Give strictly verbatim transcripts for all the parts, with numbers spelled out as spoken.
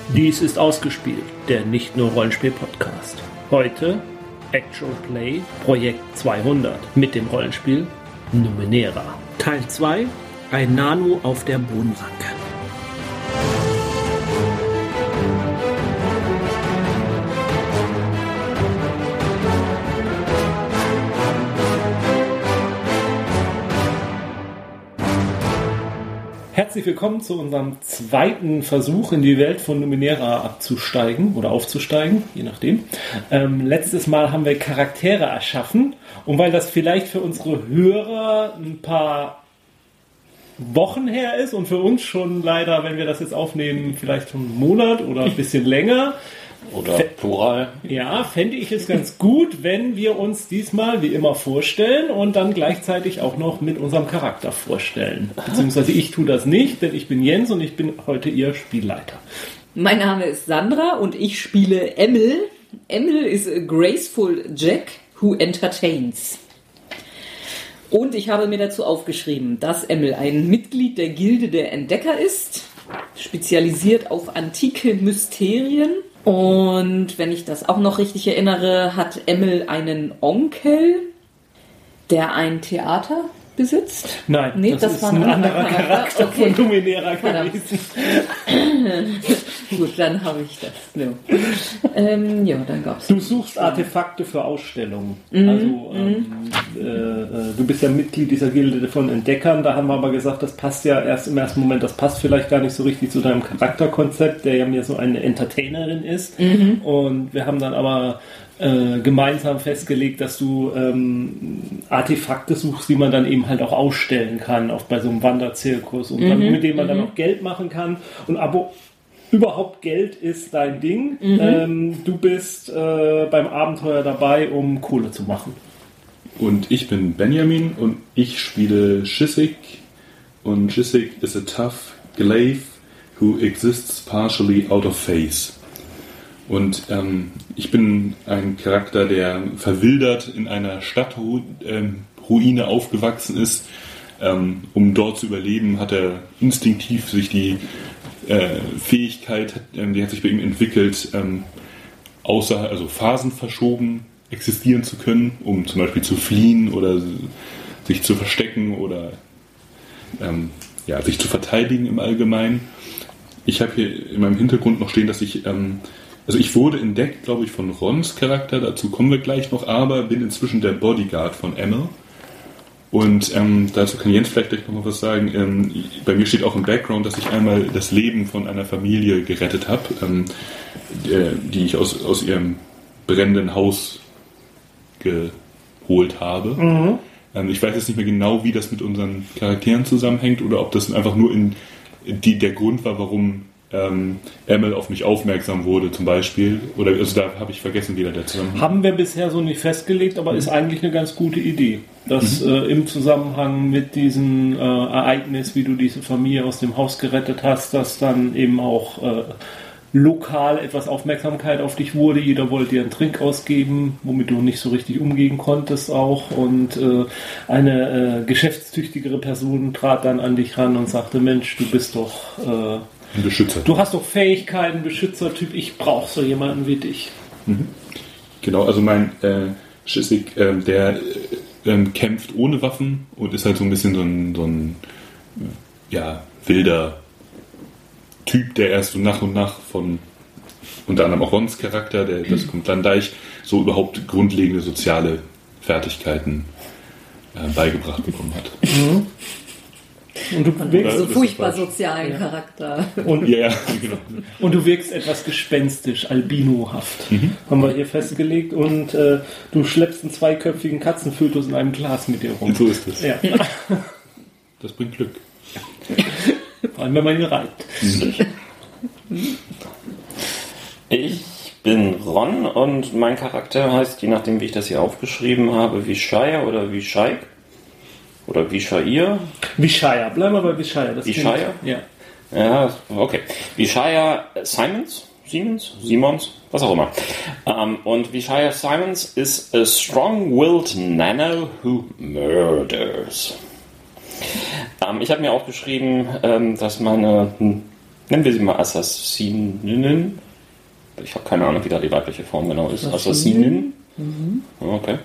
Dies ist Ausgespielt, der nicht nur Rollenspiel-Podcast. Heute Actual Play Projekt zweihundert mit dem Rollenspiel Numenera. Teil zwei, ein Nano auf der Mondranke. Herzlich willkommen zu unserem zweiten Versuch, in die Welt von Numenera abzusteigen oder aufzusteigen, je nachdem. Ähm, letztes Mal haben wir Charaktere erschaffen und weil das vielleicht für unsere Hörer ein paar Wochen her ist und für uns schon leider, wenn wir das jetzt aufnehmen, vielleicht schon einen Monat oder ein bisschen länger. Oder plural. Ja, fände ich es ganz gut, wenn wir uns diesmal wie immer vorstellen und dann gleichzeitig auch noch mit unserem Charakter vorstellen. Beziehungsweise ich tue das nicht, denn ich bin Jens und ich bin heute Ihr Spielleiter. Mein Name ist Sandra und ich spiele Emil. Emil is a graceful Jack who entertains. Und ich habe mir dazu aufgeschrieben, dass Emil ein Mitglied der Gilde der Entdecker ist, spezialisiert auf antike Mysterien. Und wenn ich das auch noch richtig erinnere, hat Emil einen Onkel, der ein Theater besitzt? Nein, nee, das, das ist war ein, ein anderer Charakter, Charakter okay. von Numenera gewesen. Gut, dann habe ich das. No. ähm, ja, dann gab's. Du suchst Artefakte für Ausstellungen. Mhm. Also ähm, äh, du bist ja Mitglied dieser Gilde von Entdeckern. Da haben wir aber gesagt, das passt ja erst im ersten Moment, das passt vielleicht gar nicht so richtig zu deinem Charakterkonzept, der ja mehr so eine Entertainerin ist. Mhm. Und wir haben dann aber Äh, gemeinsam festgelegt, dass du ähm, Artefakte suchst, die man dann eben halt auch ausstellen kann, auch bei so einem Wanderzirkus und mhm, dann, mit denen man mhm. dann auch Geld machen kann. Und aber überhaupt Geld ist dein Ding. Mhm. Ähm, du bist äh, beim Abenteuer dabei, um Kohle zu machen. Und ich bin Benjamin und ich spiele Shissig. Und Shissig is a tough glaive who exists partially out of phase. Und ähm, ich bin ein Charakter, der verwildert in einer Stadtruine ähm, aufgewachsen ist. Ähm, um dort zu überleben, hat er instinktiv sich die äh, Fähigkeit, ähm, die hat sich bei ihm entwickelt, ähm, außer, also Phasen verschoben existieren zu können, um zum Beispiel zu fliehen oder sich zu verstecken oder ähm, ja, sich zu verteidigen im Allgemeinen. Ich habe hier in meinem Hintergrund noch stehen, dass ich ähm, Also ich wurde entdeckt, glaube ich, von Rons Charakter, dazu kommen wir gleich noch, aber bin inzwischen der Bodyguard von Emil. Und ähm, dazu kann Jens vielleicht gleich noch mal was sagen. Ähm, bei mir steht auch im Background, dass ich einmal das Leben von einer Familie gerettet habe, ähm, der, die ich aus, aus ihrem brennenden Haus geholt habe. Mhm. Ähm, ich weiß jetzt nicht mehr genau, wie das mit unseren Charakteren zusammenhängt oder ob das einfach nur in die, der Grund war, warum Ähm, Emil auf mich aufmerksam wurde zum Beispiel, oder also da habe ich vergessen, wie der Zusammenhang. Haben wir bisher so nicht festgelegt, aber mhm. ist eigentlich eine ganz gute Idee, dass mhm. äh, im Zusammenhang mit diesem äh, Ereignis, wie du diese Familie aus dem Haus gerettet hast, dass dann eben auch äh, lokal etwas Aufmerksamkeit auf dich wurde. Jeder wollte dir einen Trink ausgeben, womit du nicht so richtig umgehen konntest auch. Und äh, eine äh, geschäftstüchtigere Person trat dann an dich ran und sagte, Mensch, du bist doch äh, ein Beschützer. Du hast doch Fähigkeiten, Beschützertyp, ich brauche so jemanden wie dich. Mhm. Genau, also mein äh, Schissig, äh, der äh, kämpft ohne Waffen und ist halt so ein bisschen so ein, so ein ja, wilder Typ, der erst so nach und nach von unter anderem auch Rons Charakter, der, das kommt dann, da ich so überhaupt grundlegende soziale Fertigkeiten äh, beigebracht bekommen hat. Mhm. Und du wirkst so furchtbar sozialen ja. Charakter. Und, ja, ja, genau. Und du wirkst etwas gespenstisch, albinohaft. Mhm. Haben wir hier festgelegt. Und äh, du schleppst einen zweiköpfigen Katzenfötus in einem Glas mit dir rum. Und so ist es. Ja. Das bringt Glück. Vor allem, wenn man ihn reibt. Mhm. Ich bin Ron und mein Charakter heißt, je nachdem wie ich das hier aufgeschrieben habe, Vishaya oder Vishaik. Oder Vishair? Vishaya, bleiben wir bei Vishaya. Vishaya? Ja. Ja, okay. Vishaya Simons? Siemens? Simons? Was auch immer. Um, und Vishaya Simons is a strong-willed nano who murders. Um, ich habe mir aufgeschrieben, um, dass meine Nennen wir sie mal Assassininnen. Ich habe keine Ahnung, wie da die weibliche Form genau ist. Assassinen. Mhm. Okay.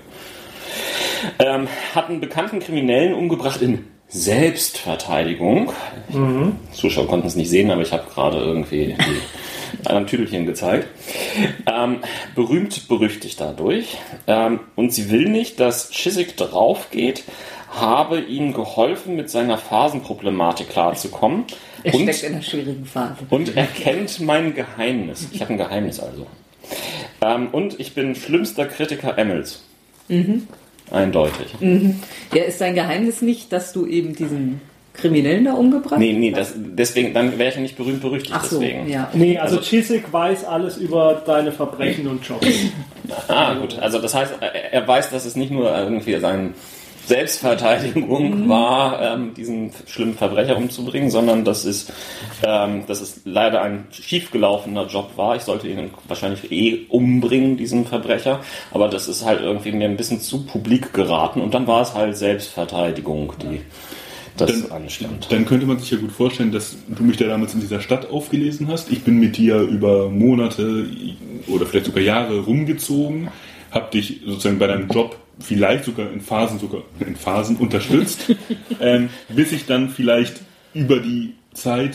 Ähm, hat einen bekannten Kriminellen umgebracht in Selbstverteidigung. Mhm. Zuschauer konnten es nicht sehen, aber ich habe gerade irgendwie die anderen Tüdelchen gezeigt. Ähm, berühmt, berüchtigt dadurch. Ähm, und sie will nicht, dass Chiswick draufgeht, habe ihm geholfen, mit seiner Phasenproblematik klarzukommen. Er und, steckt in einer schwierigen Phase. Und er kennt mein Geheimnis. Ich habe ein Geheimnis also. Ähm, und ich bin schlimmster Kritiker Emmels. Mhm. Eindeutig. Mhm. Ja, ist dein Geheimnis nicht, dass du eben diesen Kriminellen da umgebracht hast? Nee, nee, das, deswegen, dann wäre ich ja nicht berühmt berüchtigt. Ach so, deswegen. Ja. Nee, also, also Chiswick weiß alles über deine Verbrechen und Jobs. Ah, gut. Also das heißt, er weiß, dass es nicht nur irgendwie sein Selbstverteidigung mhm. war, ähm, diesen schlimmen Verbrecher umzubringen, sondern dass es, ähm, dass es leider ein schiefgelaufener Job war. Ich sollte ihn wahrscheinlich eh umbringen, diesen Verbrecher, aber das ist halt irgendwie mir ein bisschen zu publik geraten und dann war es halt Selbstverteidigung, die das dann, anstand. Dann könnte man sich ja gut vorstellen, dass du mich da damals in dieser Stadt aufgelesen hast. Ich bin mit dir über Monate oder vielleicht sogar Jahre rumgezogen, habe dich sozusagen bei deinem Job vielleicht sogar in Phasen sogar in Phasen unterstützt, ähm, bis ich dann vielleicht über die Zeit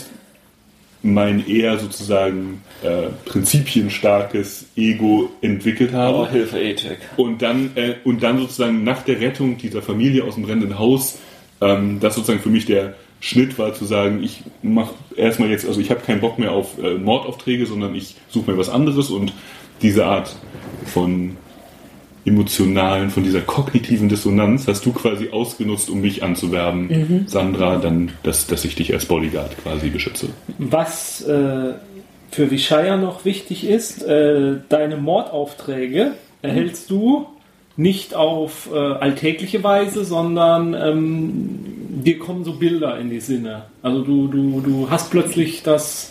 mein eher sozusagen äh, prinzipienstarkes Ego entwickelt habe. Oh, Hilfe, Ethik. Und dann, äh, und dann sozusagen nach der Rettung dieser Familie aus dem brennenden Haus, ähm, das sozusagen für mich der Schnitt war, zu sagen, ich mache erstmal jetzt, also ich habe keinen Bock mehr auf äh, Mordaufträge, sondern ich suche mir was anderes und diese Art von emotionalen, von dieser kognitiven Dissonanz hast du quasi ausgenutzt, um mich anzuwerben, mhm. Sandra, dann, dass, dass ich dich als Bodyguard quasi beschütze. Was äh, für Vishaya noch wichtig ist, äh, deine Mordaufträge erhältst du nicht auf äh, alltägliche Weise, sondern ähm, dir kommen so Bilder in die Sinne. Also du, du, du hast plötzlich das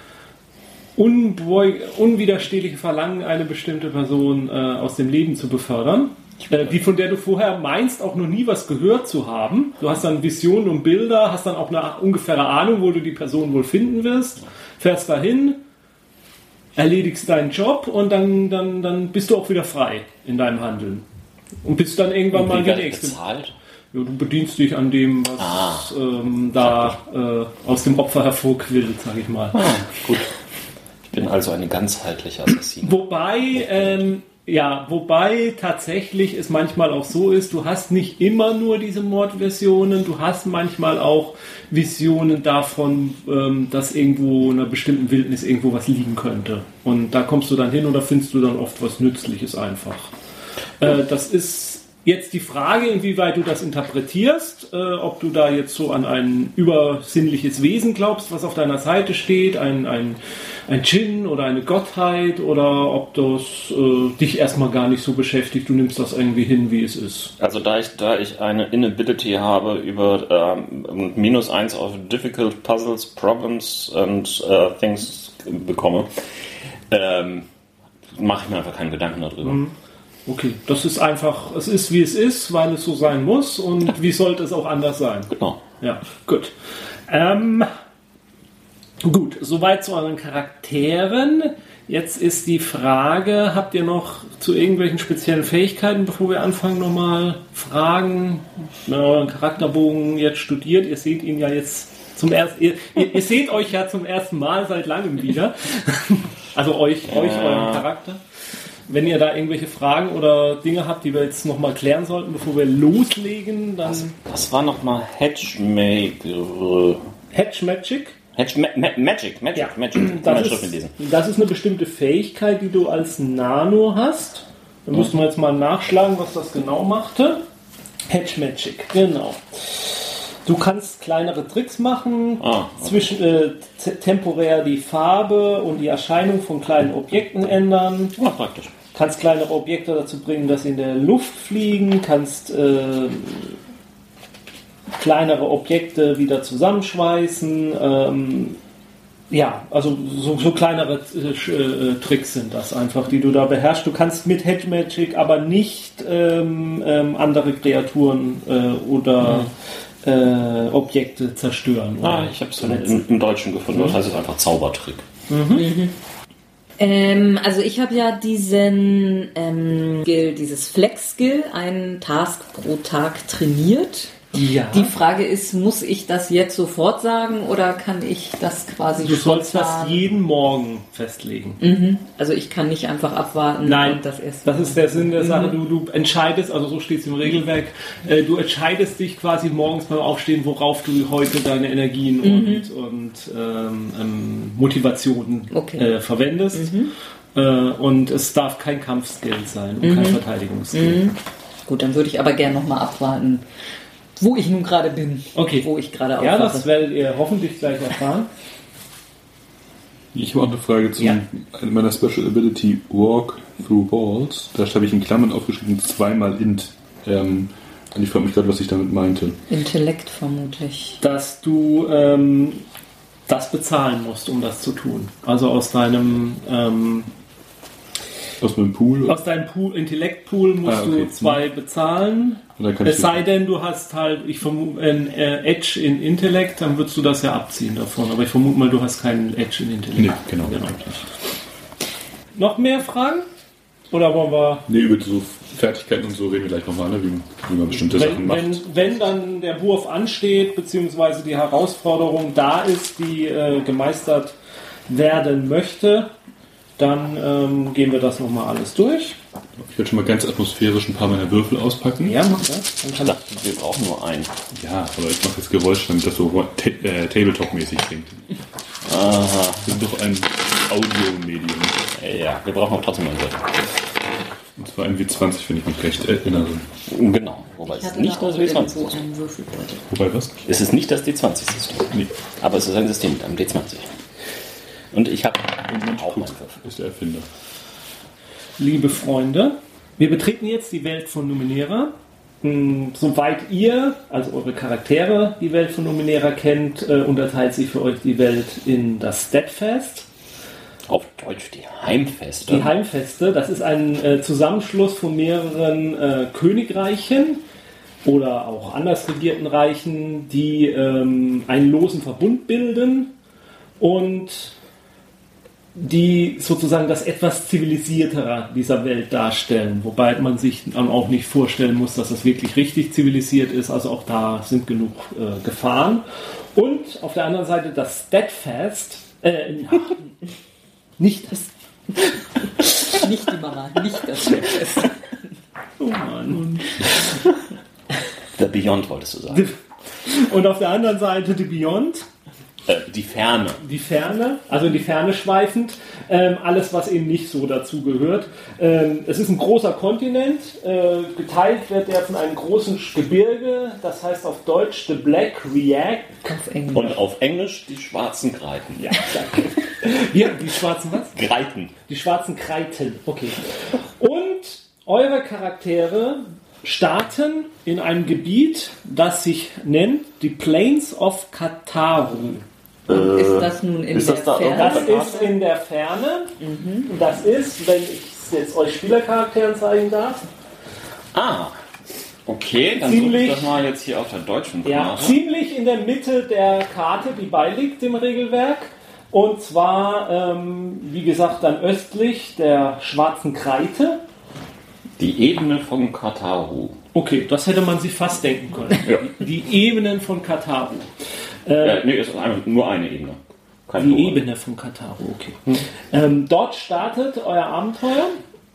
Unbeug- unwiderstehliche Verlangen, eine bestimmte Person äh, aus dem Leben zu befördern, äh, die von der du vorher meinst, auch noch nie was gehört zu haben. Du hast dann Visionen und Bilder, hast dann auch eine ungefähre Ahnung, wo du die Person wohl finden wirst, fährst dahin, erledigst deinen Job und dann, dann, dann bist du auch wieder frei in deinem Handeln. Und bist dann irgendwann und mal die Nächste. Bezahlt? Ja, du bedienst dich an dem, was ah, ähm, da äh, aus dem Opfer hervorquillt, sag ich mal. Ah, gut. Ich bin also eine ganzheitliche Assassine. Wobei, ähm, ja, wobei tatsächlich es manchmal auch so ist, du hast nicht immer nur diese Mordvisionen, du hast manchmal auch Visionen davon, ähm, dass irgendwo in einer bestimmten Wildnis irgendwo was liegen könnte. Und da kommst du dann hin und da findest du dann oft was Nützliches einfach. Äh, das ist jetzt die Frage, inwieweit du das interpretierst, äh, ob du da jetzt so an ein übersinnliches Wesen glaubst, was auf deiner Seite steht, ein, ein, ein Djinn oder eine Gottheit, oder ob das äh, dich erstmal gar nicht so beschäftigt, du nimmst das irgendwie hin, wie es ist. Also da ich, da ich eine Inability habe über ähm, minus eins auf Difficult Puzzles, Problems und äh, Things bekomme, ähm, mache ich mir einfach keinen Gedanken darüber. Mhm. Okay, das ist einfach, es ist wie es ist, weil es so sein muss und wie sollte es auch anders sein? Genau. Ja, gut. Ähm, gut, soweit zu euren Charakteren. Jetzt ist die Frage, habt ihr noch zu irgendwelchen speziellen Fähigkeiten, bevor wir anfangen, nochmal Fragen? Wenn ihr euren Charakterbogen jetzt studiert, ihr seht ihn ja jetzt zum ersten, ihr, ihr, ihr seht euch ja zum ersten Mal seit langem wieder. Also euch, euch, euren Charakter. Wenn ihr da irgendwelche Fragen oder Dinge habt, die wir jetzt nochmal klären sollten, bevor wir loslegen, dann... Was, was war nochmal Hedge-Magic? Hedge-Magic? Hedge Ma- Ma- Magic, Magic, Ja. Magic. Das ist, das ist eine bestimmte Fähigkeit, die du als Nano hast. Da mhm. müssten wir jetzt mal nachschlagen, was das genau machte. Hedge-Magic, genau. Du kannst kleinere Tricks machen, ah, okay. zwischen äh, t- temporär die Farbe und die Erscheinung von kleinen Objekten ändern. Ja, praktisch. Kannst kleinere Objekte dazu bringen, dass sie in der Luft fliegen, kannst äh, kleinere Objekte wieder zusammenschweißen. Ähm, ja, also so, so kleinere äh, Tricks sind das einfach, die du da beherrschst. Du kannst mit Hedge Magic aber nicht ähm, ähm, andere Kreaturen äh, oder... Mhm. äh, Objekte zerstören. Ah, oder ich habe es verletzen. im, im Deutschen gefunden. Das heißt, es ist einfach Zaubertrick. Ähm, also ich habe ja diesen ähm, Skill, dieses Flex-Skill, einen Task pro Tag trainiert. Ja. Die Frage ist, muss ich das jetzt sofort sagen oder kann ich das quasi Du sollst das spontan- jeden Morgen festlegen. Mhm. Also ich kann nicht einfach abwarten Nein, und das erst. das ist der Sinn der Sache. Du, du entscheidest, also so steht es im Regelwerk, äh, du entscheidest dich quasi morgens beim Aufstehen, worauf du heute deine Energien und, und ähm, ähm, Motivationen Okay. äh, verwendest. Äh, und es darf kein Kampfskill sein und kein Verteidigungsskill. Gut, dann würde ich aber gerne nochmal abwarten, wo ich nun gerade bin. Okay. Wo ich gerade Ja, aufwache. das werdet ihr hoffentlich gleich erfahren. Ich habe auch eine Frage zu Ja. meiner Special Ability Walk Through Walls. Da habe ich in Klammern aufgeschrieben, zweimal int. Ähm, und ich frage mich gerade, was ich damit meinte. Intellekt vermutlich. Dass du ähm, das bezahlen musst, um das zu tun. Also aus deinem ähm, Aus meinem Pool. aus deinem Pool, Intellektpool musst Ah, okay. du zwei bezahlen. Und dann kann Es ich sei denn, du hast halt, ich vermute, ein äh, Edge in Intellekt, dann würdest du das ja abziehen davon. Aber ich vermute mal, du hast keinen Edge in Intellekt. Nee, genau. Noch mehr Fragen? Oder wollen wir... Nee, über so Fertigkeiten und so reden wir gleich nochmal, ne? wie, wie man bestimmte Wenn, Sachen macht. wenn, wenn dann der Wurf ansteht, beziehungsweise die Herausforderung da ist, die äh, gemeistert werden möchte, dann ähm, gehen wir das nochmal alles durch. Ich werde schon mal ganz atmosphärisch ein paar meiner Würfel auspacken. Ja, mach das. Dann Ich kann dachte, wir brauchen nur einen. Ja, aber ich mache jetzt Geräusch, damit das so ta äh, Tabletop-mäßig klingt. Aha. Wir sind doch ein Audiomedium. Ja, wir brauchen auch trotzdem einen Würfel. Und zwar ein W zwanzig, wenn ich mich recht erinnere. Genau. Wobei Ich es hatte nicht da das auch W zwanzig irgendwo ist. einen Würfelbeutel. Wobei was? Es ist nicht das D zwanzig-System. Nee, Aber es ist ein System mit einem D zwanzig. Und ich habe auch meinen Würfel. ist der Erfinder. Liebe Freunde, wir betreten jetzt die Welt von Numenera. Hm, Soweit ihr, also eure Charaktere, die Welt von Numenera kennt, äh, unterteilt sich für euch die Welt in das Steadfast. Auf Deutsch die Heimfeste. Die Heimfeste, das ist ein äh, Zusammenschluss von mehreren äh, Königreichen oder auch anders regierten Reichen, die ähm, einen losen Verbund bilden und die sozusagen das etwas zivilisiertere dieser Welt darstellen, wobei man sich dann auch nicht vorstellen muss, dass das wirklich richtig zivilisiert ist, also auch da sind genug äh, Gefahren. Und auf der anderen Seite das Steadfast, äh, nicht das, Nicht die Mama, nicht das Fest. oh Mann. The Beyond wolltest du sagen. Und auf der anderen Seite die Beyond, Äh, die Ferne. die Ferne, also in die Ferne schweifend, ähm, alles, was eben nicht so dazu gehört. Ähm, es ist ein großer Kontinent, äh, geteilt wird er von einem großen Gebirge, das heißt auf Deutsch The Black React. Auf Englisch. Und auf Englisch die schwarzen Greiten. Ja, danke. Ja, die schwarzen was? Greiten. Die schwarzen Kreiten, okay. Und eure Charaktere starten in einem Gebiet, das sich nennt die Plains of Kataru. Und ist das nun in ist der das da Ferne? Das ist in der Ferne. Das ist, wenn ich es jetzt euch Spielercharakteren zeigen darf, Ah. Okay, dann Ziemlich- suche ich das mal jetzt hier auf der deutschen ja, Karte. ziemlich in der Mitte der Karte, die beiliegt dem Regelwerk. Und zwar, ähm, wie gesagt, dann östlich der schwarzen Kreite. Die Ebene von Kataru. Okay, das hätte man sich fast denken können. Ja. Die Ebenen von Kataru. Äh, nee, ist einfach nur eine Ebene. Kein Die Plural. Ebene von Kataru, okay. Ähm, dort startet euer Abenteuer.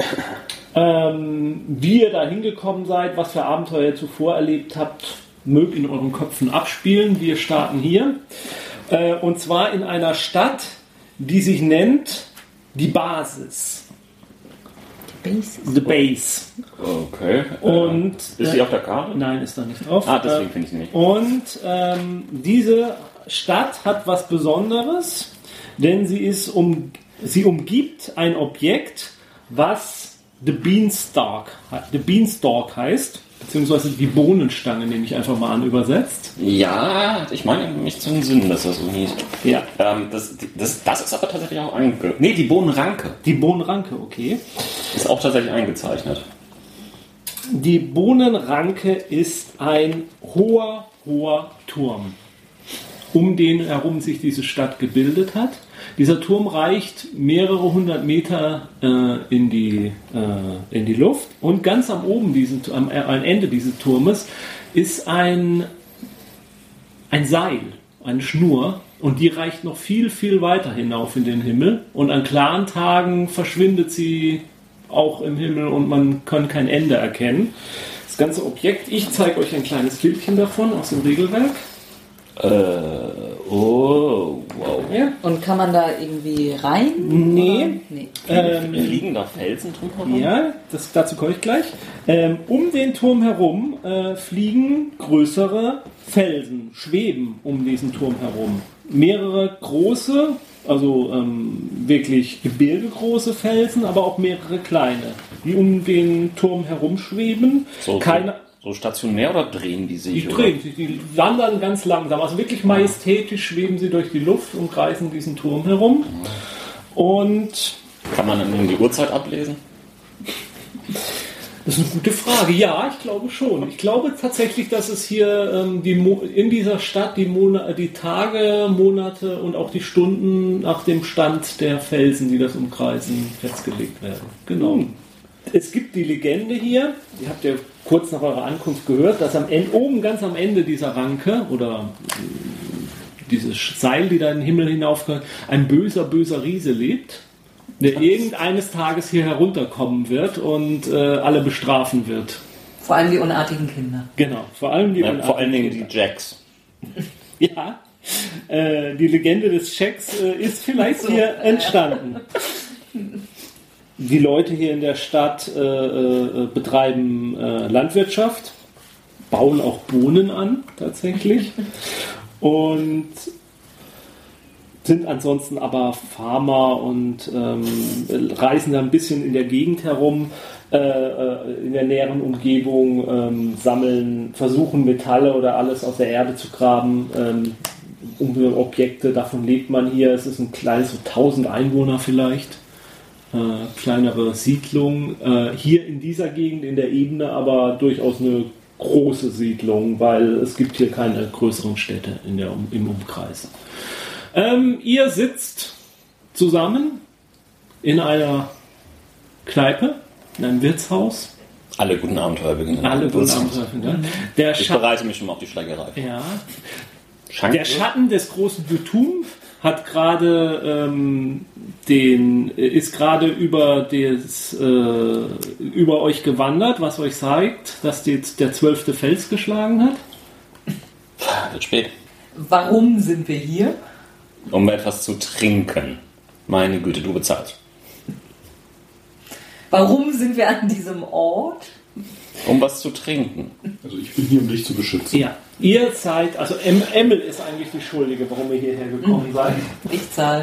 Ähm, wie ihr da hingekommen seid, was für Abenteuer ihr zuvor erlebt habt, mögt in euren Köpfen abspielen. Wir starten hier. Äh, und zwar in einer Stadt, die sich nennt die Basis. Basis. The Base. Okay. Und Ist sie auf der Karte? nein, ist da nicht drauf. Ah, deswegen Äh, finde ich sie nicht. Und ähm, diese Stadt hat was Besonderes, denn sie ist um, sie umgibt ein Objekt, was The Beanstalk, The Beanstalk heißt, beziehungsweise die Bohnenstange, nehme ich einfach mal an, übersetzt. Ja, ich meine mich zu entsinnen, dass das so hieß. Ja. Ähm, das, das, das ist aber tatsächlich auch einge... Nee, die Bohnenranke Die Bohnenranke, okay. ist auch tatsächlich eingezeichnet. die Bohnenranke ist ein hoher, hoher Turm, um den herum sich diese Stadt gebildet hat. Dieser Turm reicht mehrere hundert Meter äh, in, die, äh, in die Luft und ganz am oben, diesen, am, äh, am Ende dieses Turmes, ist ein, ein Seil, eine Schnur, und die reicht noch viel, viel weiter hinauf in den Himmel, und an klaren Tagen verschwindet sie auch im Himmel und man kann kein Ende erkennen. Das ganze Objekt, ich zeige euch ein kleines Bildchen davon aus dem Regelwerk. Äh, oh, wow. Ja. Und kann man da irgendwie rein? Nee. nee. Ähm, Liegen da Felsen drumherum? Ja, das, dazu komme ich gleich. Ähm, um den Turm herum äh, fliegen größere Felsen, schweben um diesen Turm herum. Mehrere große, also ähm, wirklich gebirgegroße Felsen, aber auch mehrere kleine, die um den Turm herumschweben. So, Keine, so stationär oder drehen die sich? die drehen sich, die wandern ganz langsam. Also wirklich majestätisch schweben sie durch die Luft und kreisen diesen Turm herum. Und kann man dann die Uhrzeit ablesen? das ist eine gute Frage. Ja, ich glaube schon. Ich glaube tatsächlich, dass es hier ähm, die Mo- in dieser Stadt die, Mon- die Tage, Monate und auch die Stunden nach dem Stand der Felsen, die das umkreisen, festgelegt werden. Genau. Hm. Es gibt die Legende hier, die habt ihr kurz nach eurer Ankunft gehört, dass am Ende, oben ganz am Ende dieser Ranke oder äh, dieses Seil, die da in den Himmel hinaufgeht, ein böser, böser Riese lebt, der irgendeines Tages hier herunterkommen wird und äh, alle bestrafen wird. Vor allem die unartigen Kinder. Genau, vor allem die Ja, unartigen vor allen Dingen Kinder. die Jacks. Ja, äh, die Legende des Schecks äh, ist vielleicht So, hier entstanden. Die Leute hier in der Stadt äh, äh, betreiben äh, Landwirtschaft, bauen auch Bohnen an, tatsächlich. Und sind ansonsten aber Farmer und ähm, reisen da ein bisschen in der Gegend herum, äh, in der näheren Umgebung, ähm, sammeln, versuchen Metalle oder alles aus der Erde zu graben, ähm, um Objekte, davon lebt man hier. Es ist ein kleines, so tausend Einwohner vielleicht, äh, kleinere Siedlung. Äh, hier in dieser Gegend, in der Ebene, aber durchaus eine große Siedlung, weil es gibt hier keine größeren Städte in der, im Umkreis. Ähm, ihr sitzt zusammen in einer Kneipe, in einem Wirtshaus. Alle guten Abenteuer beginnen. Alle guten Abenteuer. Mhm. Der Ich Scha- bereite mich schon mal auf die Schlägerei. ja. Schank- Der Schatten des großen Betum hat gerade ähm, den ist gerade über des äh, über euch gewandert, was euch zeigt, dass jetzt der zwölfte Fels geschlagen hat. Wird spät. Warum sind wir hier? Um etwas zu trinken. Meine Güte, du bezahlst. Warum sind wir an diesem Ort? Um was zu trinken. Also ich bin hier, um dich zu beschützen. Ja, ihr seid, also em- Emmel ist eigentlich die Schuldige, warum ihr hierher gekommen seid. Ich zahle.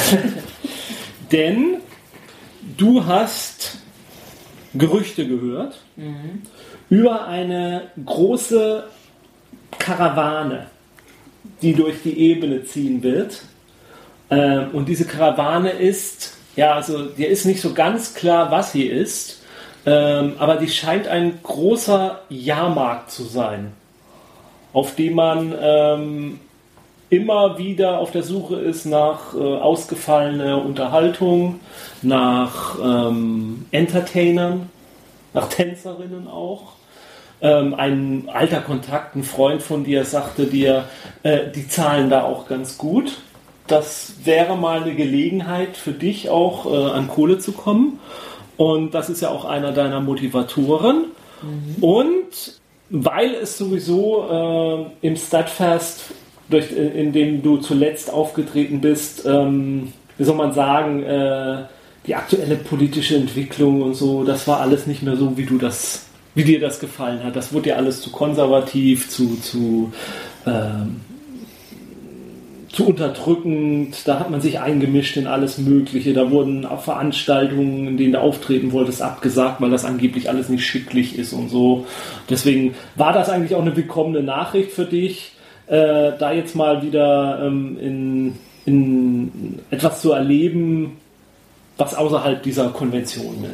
Denn du hast Gerüchte gehört mhm. über eine große Karawane, die durch die Ebene ziehen wird. Ähm, und diese Karawane ist, ja, also dir ist nicht so ganz klar, was sie ist, ähm, aber die scheint ein großer Jahrmarkt zu sein, auf dem man ähm, immer wieder auf der Suche ist nach äh, ausgefallener Unterhaltung, nach ähm, Entertainern, nach Tänzerinnen auch. Ähm, ein alter Kontakt, ein Freund von dir sagte dir, äh, die zahlen da auch ganz gut. Das wäre mal eine Gelegenheit für dich auch äh, an Kohle zu kommen. Und das ist ja auch einer deiner Motivatoren. Mhm. Und weil es sowieso äh, im Studfest, durch, in, in dem du zuletzt aufgetreten bist, ähm, wie soll man sagen, äh, die aktuelle politische Entwicklung und so, das war alles nicht mehr so, wie du das, wie dir das gefallen hat. Das wurde dir alles zu konservativ, zu, zu, ähm, zu unterdrückend. Da hat man sich eingemischt in alles Mögliche. Da wurden auch Veranstaltungen, in denen du auftreten wolltest, abgesagt, weil das angeblich alles nicht schicklich ist und so. Deswegen war das eigentlich auch eine willkommene Nachricht für dich, äh, da jetzt mal wieder ähm, in, in etwas zu erleben, was außerhalb dieser Konvention ist.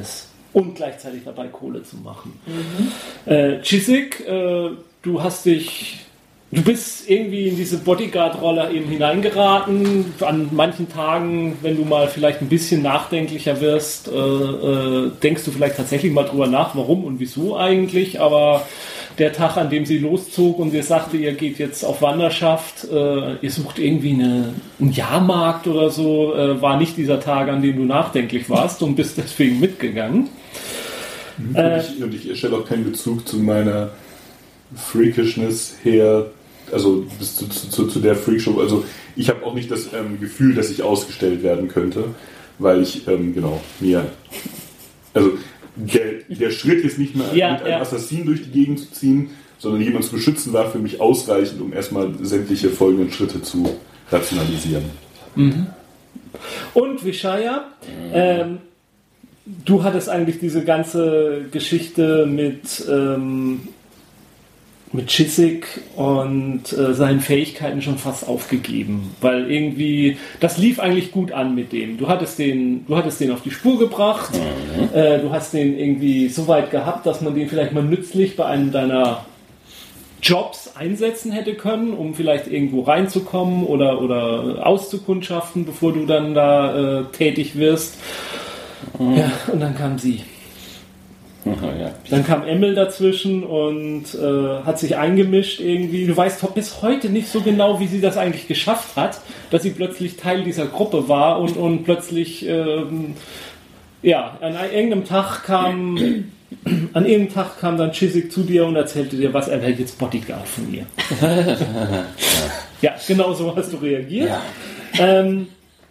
und gleichzeitig dabei Kohle zu machen. Mhm. Äh, Chiswick, äh, du hast dich, du bist irgendwie in diese Bodyguard-Rolle eben hineingeraten. An manchen Tagen, wenn du mal vielleicht ein bisschen nachdenklicher wirst, äh, äh, denkst du vielleicht tatsächlich mal drüber nach, warum und wieso eigentlich, aber der Tag, an dem sie loszog und ihr sagte, ihr geht jetzt auf Wanderschaft, äh, ihr sucht irgendwie eine, einen Jahrmarkt oder so, äh, war nicht dieser Tag, an dem du nachdenklich warst und bist deswegen mitgegangen. Und, äh, ich, und ich stelle auch keinen Bezug zu meiner Freakishness her, also bis zu, zu, zu der Freakshow. Also ich habe auch nicht das ähm, Gefühl, dass ich ausgestellt werden könnte, weil ich, ähm, genau, mir, also Der, der Schritt ist nicht mehr ja, mit einem ja. Assassin durch die Gegend zu ziehen, sondern jemanden zu beschützen war für mich ausreichend, um erstmal sämtliche folgenden Schritte zu rationalisieren. Mhm. Und Vishaya, ähm, du hattest eigentlich diese ganze Geschichte mit, ähm, mit Chiswick und äh, seinen Fähigkeiten schon fast aufgegeben, weil irgendwie, das lief eigentlich gut an mit dem. Du hattest den, du hattest den auf die Spur gebracht, mhm. äh, du hast den irgendwie so weit gehabt, dass man den vielleicht mal nützlich bei einem deiner Jobs einsetzen hätte können, um vielleicht irgendwo reinzukommen oder, oder auszukundschaften, bevor du dann da äh, tätig wirst. Mhm. Ja, und dann kam sie. Ja. Dann kam Emil dazwischen und äh, hat sich eingemischt irgendwie. Du weißt bis heute nicht so genau, wie sie das eigentlich geschafft hat, dass sie plötzlich Teil dieser Gruppe war und, und plötzlich ähm, ja, an irgendeinem Tag kam an irgendeinem Tag kam dann Chiswick zu dir und erzählte dir, was er wäre jetzt Bodyguard von ihr. Ja, genau so hast du reagiert. Ja. Ähm,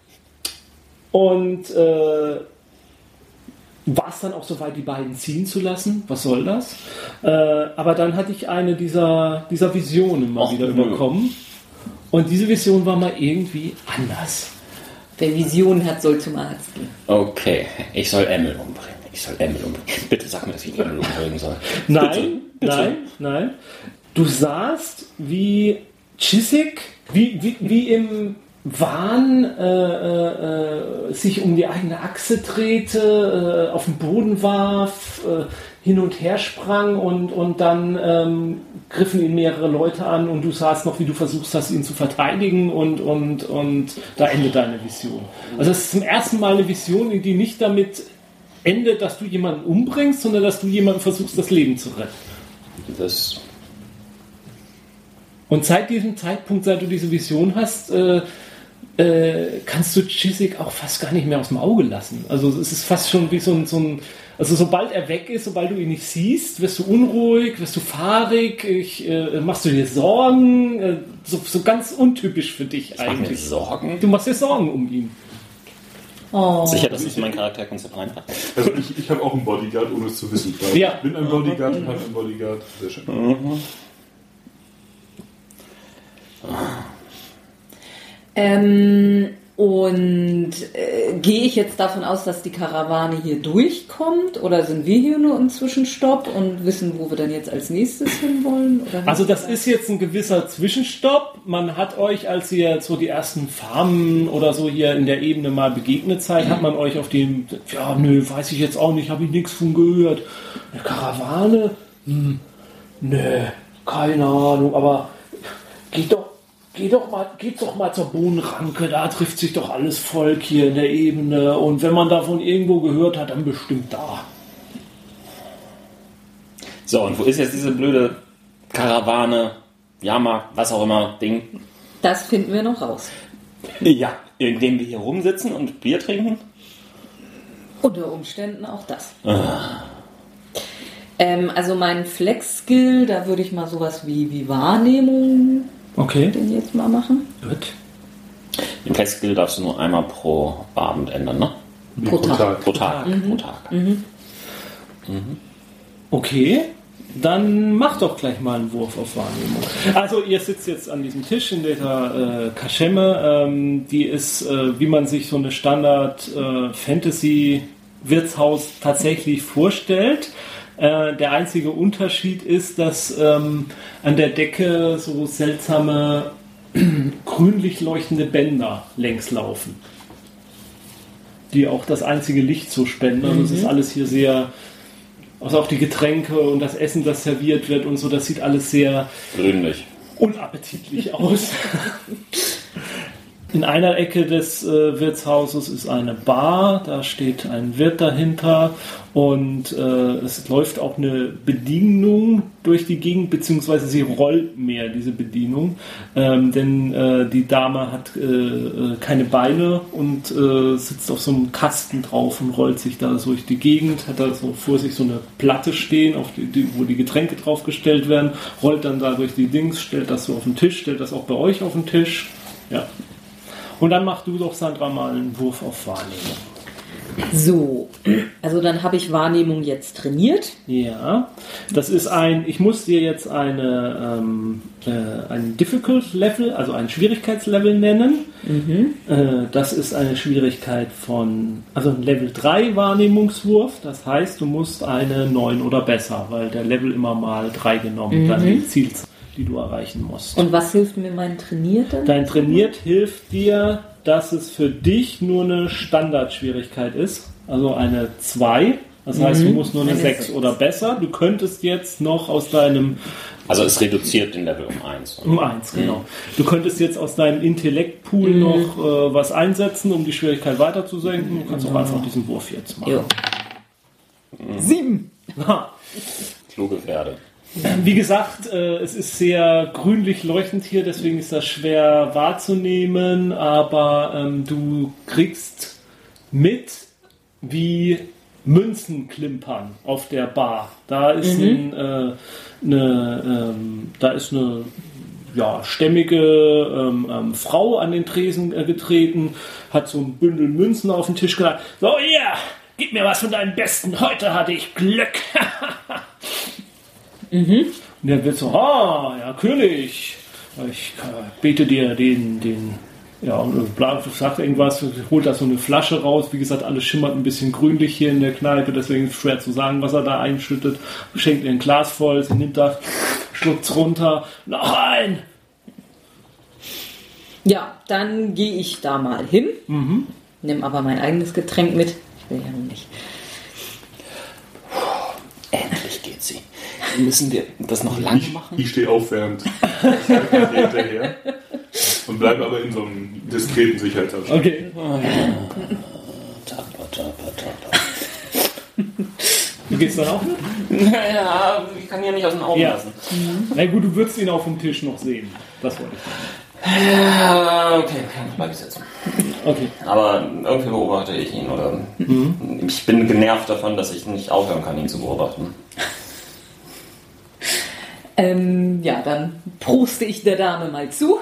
und äh, war es dann auch soweit, die beiden ziehen zu lassen? Was soll das? Äh, aber dann hatte ich eine dieser, dieser Visionen mal Och, wieder nö. überkommen. Und diese Vision war mal irgendwie anders. Wer Visionen hat, soll zum Arzt gehen. Okay, ich soll Emil umbringen. Ich soll Emil umbringen. Bitte sag mir, dass ich Emil umbringen soll. Nein, Bitte. Bitte. nein, nein. Du sahst, wie Chiswick, wie, wie, wie im Wahn äh, äh, sich um die eigene Achse drehte, äh, auf den Boden warf, äh, hin und her sprang und, und dann ähm, griffen ihn mehrere Leute an und du sahst noch, wie du versuchst hast, ihn zu verteidigen und, und, und da endet deine Vision. Also es ist zum ersten Mal eine Vision, die nicht damit endet, dass du jemanden umbringst, sondern dass du jemanden versuchst, das Leben zu retten. Das und seit diesem Zeitpunkt, seit du diese Vision hast, äh, äh, kannst du Chiswick auch fast gar nicht mehr aus dem Auge lassen. Also es ist fast schon wie so ein, so ein also sobald er weg ist, sobald du ihn nicht siehst, wirst du unruhig, wirst du fahrig, ich, äh, machst du dir Sorgen, äh, so, so ganz untypisch für dich ich eigentlich. Mach mir Sorgen? Du machst dir Sorgen um ihn. Oh. Sicher, dass es mein Charakterkonzept reinpasst. Also ich, ich habe auch einen Bodyguard, ohne es zu wissen. Ja. Ich bin ein Bodyguard und habe einen Bodyguard. Sehr schön. Mhm. Ähm, und äh, gehe ich jetzt davon aus, dass die Karawane hier durchkommt oder sind wir hier nur im Zwischenstopp und wissen, wo wir dann jetzt als nächstes hinwollen? Oder also das ist jetzt ein gewisser Zwischenstopp. Man hat euch, als ihr so die ersten Farmen oder so hier in der Ebene mal begegnet seid, hat man euch auf dem, ja nö, weiß ich jetzt auch nicht, habe ich nichts von gehört. Eine Karawane? Hm, nö, keine Ahnung, aber geht doch Geh doch mal, geht doch mal zur Bohnenranke, da trifft sich doch alles Volk hier in der Ebene und wenn man davon irgendwo gehört hat, dann bestimmt da. So, und wo ist jetzt diese blöde Karawane, Jahrmarkt, was auch immer, Ding? Das finden wir noch raus. Ja, indem wir hier rumsitzen und Bier trinken? Unter Umständen auch das. Ah. Ähm, also mein Flex-Skill, da würde ich mal sowas wie, wie Wahrnehmung Okay. den jetzt mal machen. Gut. Den Flex-Skill darfst du nur einmal pro Abend ändern, ne? Pro, pro Tag. Tag. Pro Tag. Mhm. Pro Tag. Mhm. Mhm. Okay, dann mach doch gleich mal einen Wurf auf Wahrnehmung. Also ihr sitzt jetzt an diesem Tisch in dieser äh, Kaschemme. Ähm, die ist, äh, wie man sich so eine Standard-Fantasy-Wirtshaus tatsächlich vorstellt. Der einzige Unterschied ist, dass ähm, an der Decke so seltsame grünlich leuchtende Bänder längs laufen. die auch das einzige Licht so spenden. Also es ist alles hier sehr, also auch die Getränke und das Essen, das serviert wird und so, das sieht alles sehr Grünlich. unappetitlich aus. In einer Ecke des äh, Wirtshauses ist eine Bar, da steht ein Wirt dahinter und äh, es läuft auch eine Bedienung durch die Gegend, beziehungsweise sie rollt mehr, diese Bedienung, ähm, denn äh, die Dame hat äh, keine Beine und äh, sitzt auf so einem Kasten drauf und rollt sich da so durch die Gegend, hat da so vor sich so eine Platte stehen, auf die, die, wo die Getränke draufgestellt werden, rollt dann da durch die Dings, stellt das so auf den Tisch, stellt das auch bei euch auf den Tisch, ja. Und dann mach du doch, Sandra, mal einen Wurf auf Wahrnehmung. So, also dann habe ich Wahrnehmung jetzt trainiert. Ja, das ist ein, ich muss dir jetzt eine, ähm, äh, ein Difficult Level, also ein Schwierigkeitslevel nennen. Mhm. Äh, das ist eine Schwierigkeit von, also ein Level drei Wahrnehmungswurf. Das heißt, du musst eine neun oder besser, weil der Level immer mal drei genommen, mhm. dann die Ziels, die du erreichen musst. Und was hilft mir mein Trainierten? Dein Trainiert hilft dir, dass es für dich nur eine Standardschwierigkeit ist, also eine zwei. Das mhm. heißt, du musst nur eine, eine sechs oder besser. Du könntest jetzt noch aus deinem... Also es reduziert den Level um eins. Um eins, genau. Mhm. Du könntest jetzt aus deinem Intellektpool mhm. noch äh, was einsetzen, um die Schwierigkeit weiter zu senken. Du kannst auch einfach diesen Wurf jetzt machen. Mhm. Sieben! Kluge Pferde. Wie gesagt, äh, es ist sehr grünlich leuchtend hier, deswegen ist das schwer wahrzunehmen, aber ähm, du kriegst mit, wie Münzen klimpern auf der Bar. Da ist mhm. ein, äh, eine, ähm, da ist eine ja, stämmige ähm, ähm, Frau an den Tresen äh, getreten, hat so ein Bündel Münzen auf den Tisch gelegt. So, ja, yeah, gib mir was von deinem Besten, heute hatte ich Glück. Mhm. Und der wird so, ah, ja, König, ich bete dir den, den, ja, und sagt irgendwas, holt da so eine Flasche raus. Wie gesagt, alles schimmert ein bisschen grünlich hier in der Kneipe, deswegen ist es schwer zu sagen, was er da einschüttet. Schenkt ihr ein Glas voll, sie nimmt das, schluckt's runter, noch ein! Ja, dann gehe ich da mal hin, mhm. nimm aber mein eigenes Getränk mit. Ich will ja noch nicht. Endlich geht sie. Müssen wir das noch lange machen? Ich, ich stehe aufwärmend. Ich sage hinterher. Und bleibe aber in so einem diskreten Sicherheitsabstand. Okay. Tapper, tapper, tapper. Du gehst dann auch mit? Naja, ich kann ihn ja nicht aus den Augen ja. lassen. Mhm. Na gut, du würdest ihn auf dem Tisch noch sehen. Das wollte ich sagen. Ja, okay, okay, bleib ich sitzen. Okay. Aber irgendwie beobachte ich ihn oder mhm. ich bin genervt davon, dass ich nicht aufhören kann, ihn zu beobachten. Ähm, ja, dann proste ich der Dame mal zu.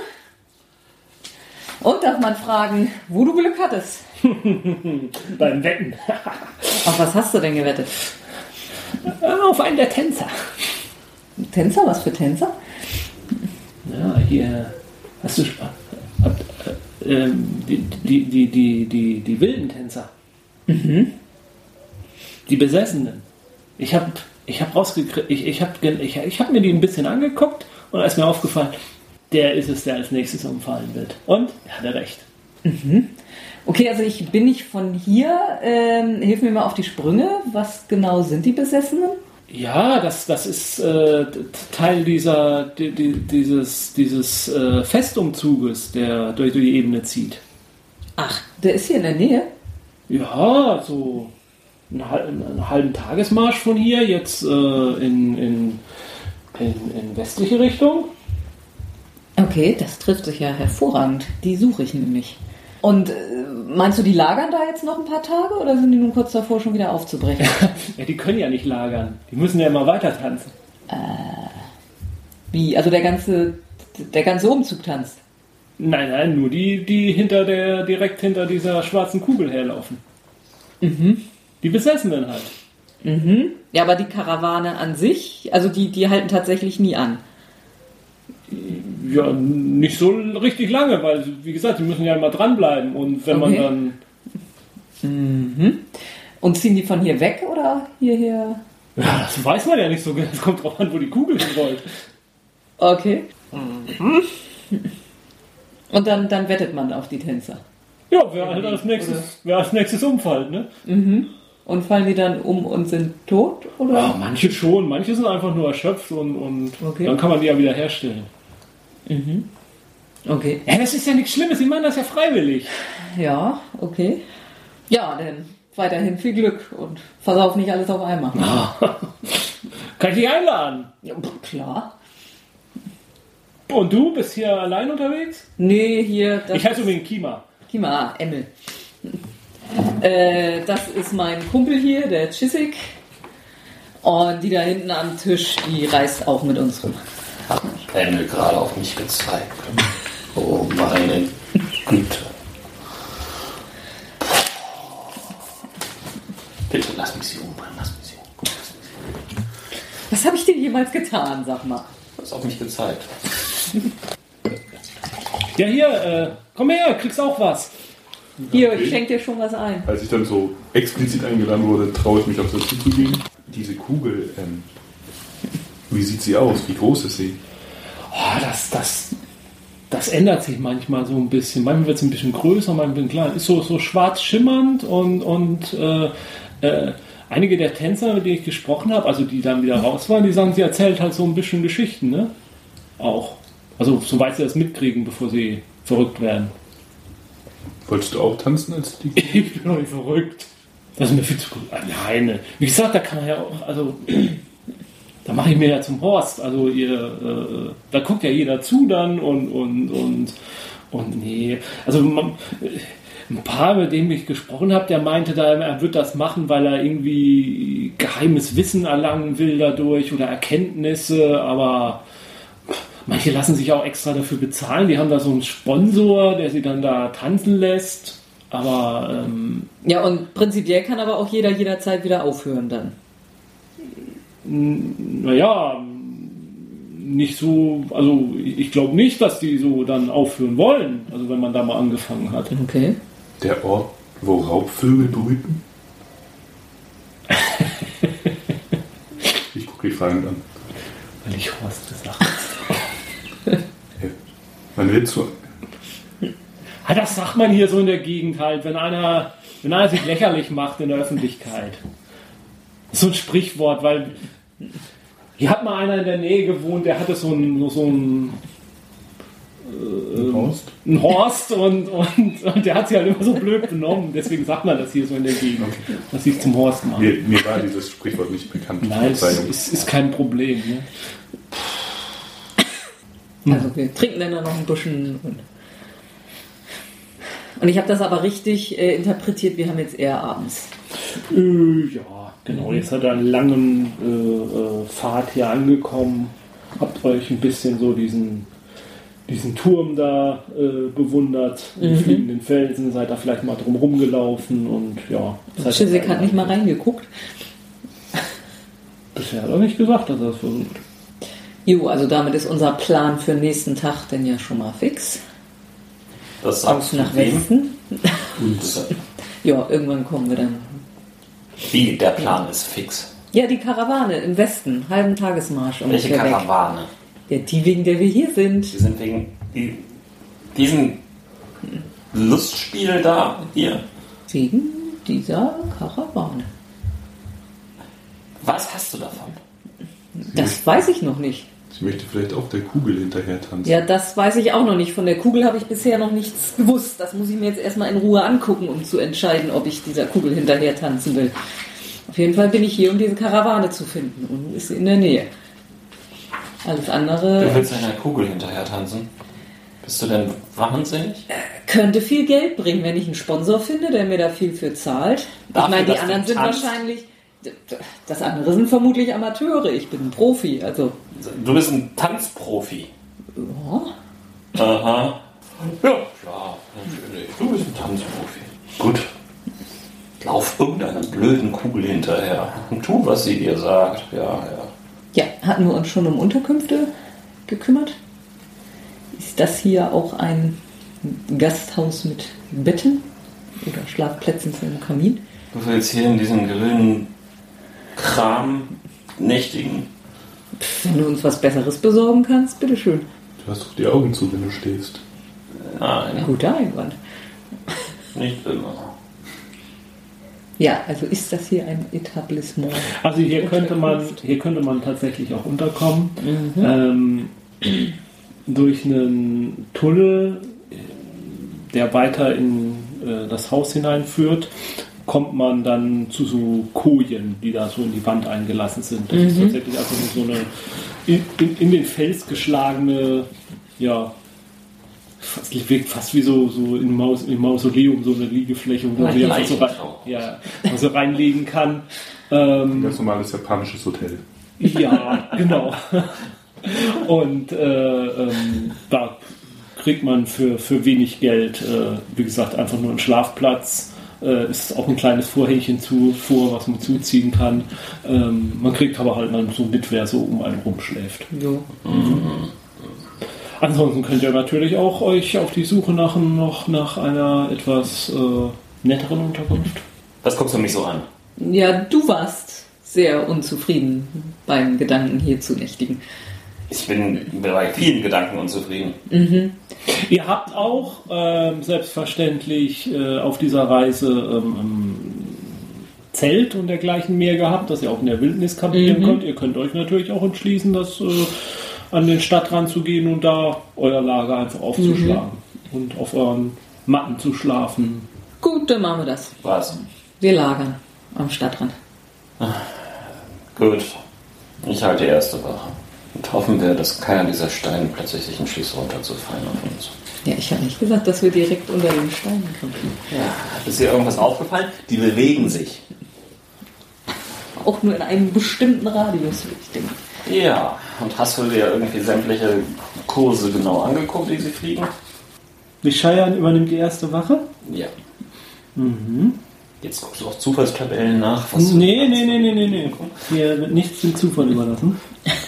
Und darf man fragen, wo du Glück hattest? Beim Wetten. Auf was hast du denn gewettet? Auf einen der Tänzer. Tänzer? Was für Tänzer? Ja, hier hast du äh, äh, die, die, die, die, die, die wilden Tänzer. Mhm. Die Besessenen. Ich habe ich hab rausgekriegt, ich, ich habe ich, ich hab mir die ein bisschen angeguckt und da ist mir aufgefallen, der ist es, der als nächstes umfallen wird. Und er hatte recht. Mhm. Okay, also ich bin nicht von hier. Ähm, hilf mir mal auf die Sprünge. Was genau sind die Besessenen? Ja, das, das ist äh, Teil dieser, die, die, dieses, dieses äh, Festumzuges, der durch die Ebene zieht. Ach, der ist hier in der Nähe? Ja, so einen, einen halben Tagesmarsch von hier, jetzt äh, in, in, in, in westliche Richtung. Okay, das trifft sich ja hervorragend. Die suche ich nämlich. Und äh, meinst du, die lagern da jetzt noch ein paar Tage oder sind die nun kurz davor, schon wieder aufzubrechen? Ja, die können ja nicht lagern. Die müssen ja immer weiter tanzen. Äh, wie? Also der ganze, der ganze Umzug tanzt? Nein, nein, nur die, die hinter der, direkt hinter dieser schwarzen Kugel herlaufen. Mhm. Die Besessenen halt. Mhm. Ja, aber die Karawane an sich, also die, die halten tatsächlich nie an. Ja, nicht so richtig lange, weil, wie gesagt, die müssen ja immer dranbleiben. Und wenn okay. man dann... Mhm. Und ziehen die von hier weg oder hierher? Ja, das weiß man ja nicht so genau. Es kommt drauf an, wo die Kugel hinrollt. Okay. Mhm. Und dann, dann wettet man auf die Tänzer. Ja, wer halt als nächstes, wer als nächstes umfällt, ne? Mhm. Und fallen die dann um und sind tot? Oder? Ja, manche schon, manche sind einfach nur erschöpft und, und Okay. dann kann man die ja wieder herstellen. Mhm. Okay. Ja, das ist ja nichts Schlimmes, die machen das ja freiwillig. Ja, okay. Ja, dann weiterhin viel Glück und versauf nicht alles auf einmal. Kann ich dich einladen? Ja, klar. Und du bist hier allein unterwegs? Nee, hier... Das Ich heiße übrigens Kima. Kima, Emmel. Äh, das ist mein Kumpel hier, der Chisik. Und die da hinten am Tisch, die reist auch mit uns rum. Hat Emmel gerade auf mich gezeigt. Oh meine Güte. Bitte lass mich sie umbringen, lass mich sie umbringen. Was habe ich dir jemals getan, sag mal? Du hast auf mich gezeigt. Ja, hier, äh, komm her, kriegst auch was. Hier, ich schenke dir schon was ein. Als ich dann so explizit eingeladen wurde, traue ich mich auf das zuzugehen. Diese Kugel, ähm, wie sieht sie aus? Wie groß ist sie? Oh, das, das, das ändert sich manchmal so ein bisschen. Manchmal wird es ein bisschen größer, manchmal ein bisschen kleiner. Ist so, so schwarz schimmernd und, und äh, äh, einige der Tänzer, mit denen ich gesprochen habe, also die dann wieder raus waren, die sagen, sie erzählt halt so ein bisschen Geschichten, ne? Auch. Also soweit sie das mitkriegen, bevor sie verrückt werden. Wolltest du auch tanzen als die? Ich bin doch nicht verrückt. Das ist mir viel zu gut. Alleine. Wie gesagt, da kann man ja auch, also da mache ich mir ja zum Horst. Also ihr, äh, da guckt ja jeder zu dann und und und und nee. Also man, ein paar, mit denen ich gesprochen habe, der meinte da, er wird das machen, weil er irgendwie geheimes Wissen erlangen will dadurch oder Erkenntnisse, aber manche lassen sich auch extra dafür bezahlen. Die haben da so einen Sponsor, der sie dann da tanzen lässt. Aber ähm, Ja, und prinzipiell kann aber auch jeder jederzeit wieder aufhören dann. naja, nicht so, also ich glaube nicht, dass die so dann aufhören wollen. Also wenn man da mal angefangen hat. Okay. Der Ort, wo Raubvögel brüten? Ich gucke die fragend an. Weil ich Horst gesagt habe. Ja. Man wird so. Ja, das sagt man hier so in der Gegend halt, wenn einer, wenn einer sich lächerlich macht in der Öffentlichkeit. Das ist so ein Sprichwort, weil hier hat mal einer in der Nähe gewohnt, der hatte so einen, so einen Ein Horst? ein Horst und, und, und der hat sich halt immer so blöd benommen. Deswegen sagt man das hier so in der Gegend, Okay. dass sie es zum Horst machen. Mir, mir war dieses Sprichwort nicht bekannt. Nein, es Verzeihung. ist, ist kein Problem. Ne? Also wir trinken dann noch ein bisschen. Und, und ich habe das aber richtig äh, interpretiert, wir haben jetzt eher abends. Äh, ja, genau. Jetzt hat er einen langen äh, äh, Pfad hier angekommen. Habt euch ein bisschen so diesen, diesen Turm da äh, bewundert, die Mhm. fliegenden Felsen, seid da vielleicht mal drum rumgelaufen und ja. seid Chisik da hat nicht mal reingeguckt. Bisher hat er nicht gesagt, dass er es versucht. Jo, also damit ist unser Plan für den nächsten Tag denn ja schon mal fix. Das Aus sagst du nach wem? Westen. Das- Ja, irgendwann kommen wir dann. Wie, der Plan ist fix. Ja, die Karawane im Westen, halben Tagesmarsch. Welche ungefähr weg. Karawane? Ja, die, wegen der wir hier sind. Wir sind wegen die, diesem Lustspiel da hier. Wegen dieser Karawane. Was hast du davon? Das weiß ich noch nicht. Sie möchte vielleicht auch der Kugel hinterher tanzen. Ja, das weiß ich auch noch nicht. Von der Kugel habe ich bisher noch nichts gewusst. Das muss ich mir jetzt erstmal in Ruhe angucken, um zu entscheiden, ob ich dieser Kugel hinterher tanzen will. Auf jeden Fall bin ich hier, um diese Karawane zu finden und ist in der Nähe. Alles andere Du willst einer Kugel hinterher tanzen? Bist du denn wahnsinnig? könnte viel Geld bringen, wenn ich einen Sponsor finde, der mir da viel für zahlt. Dafür, ich meine, die dass du anderen sind tanzt? wahrscheinlich... Das andere sind vermutlich Amateure. Ich bin ein Profi, also... Du bist ein Tanzprofi. Ja. Aha. Ja, klar, natürlich. Du bist ein Tanzprofi. Gut. Lauf irgendeiner blöden Kugel hinterher und tu, was sie dir sagt. Ja, ja. Ja, hatten wir uns schon um Unterkünfte gekümmert? Ist das hier auch ein Gasthaus mit Betten oder Schlafplätzen für den Kamin? Du willst hier in diesem grünen Kram nächtigen. Pff, wenn du uns was Besseres besorgen kannst, bitteschön. Du hast doch die Augen zu, wenn du stehst. Nein. Guter Einwand. Nicht immer. Ja, also ist das hier ein Etablissement? Also hier könnte man, hier könnte man tatsächlich auch unterkommen. Mhm. Ähm, durch einen Tunnel, der weiter in äh, das Haus hineinführt, kommt man dann zu so Kojen, die da so in die Wand eingelassen sind. Das mhm. ist tatsächlich einfach nur so eine in, in, in den Fels geschlagene, ja, fast, wirkt fast wie so, so im, Maus, im Mausoleum so eine Liegefläche, wo man sich einfach so, rein, ja, so reinlegen kann. Ähm, Ein ganz normales japanisches Hotel. Ja, genau. Und äh, ähm, da kriegt man für, für wenig Geld, äh, wie gesagt, einfach nur einen Schlafplatz. Äh, ist auch ein kleines Vorhängchen zu, vor, was man zuziehen kann. Ähm, man kriegt aber halt dann so mit, wer so um einen rumschläft. Ja. Mhm. Ansonsten könnt ihr natürlich auch euch auf die Suche nach, noch nach einer etwas äh, netteren Unterkunft. Was guckst du mich so an? Ja, du warst sehr unzufrieden beim Gedanken, hier zu nächtigen. Ich bin bei vielen Gedanken unzufrieden. Mhm. Ihr habt auch ähm, selbstverständlich äh, auf dieser Reise ähm, Zelt und dergleichen mehr gehabt, dass ihr auch in der Wildnis kampieren mhm. könnt. Ihr könnt euch natürlich auch entschließen, das äh, an den Stadtrand zu gehen und da euer Lager einfach aufzuschlagen mhm. und auf euren Matten zu schlafen. Gut, dann machen wir das. Was? Wir lagern am Stadtrand. Gut, ich halte die erste Wache. Und hoffen wir, dass keiner dieser Steine plötzlich sich entschließt, runterzufallen auf uns. Ja, ich habe nicht gesagt, dass wir direkt unter den Steinen kommen. Ja, ist dir irgendwas aufgefallen? Die bewegen sich. Auch nur in einem bestimmten Radius, würde ich denken. Ja, und hast du dir irgendwie sämtliche Kurse genau angeguckt, wie sie fliegen? Die Cheyenne übernimmt die erste Wache? Ja. Mhm. Jetzt guckst du auch Zufallstabellen nach. Was nee, nee, nee, nee, nee, nee. Hier wird nichts dem Zufall überlassen.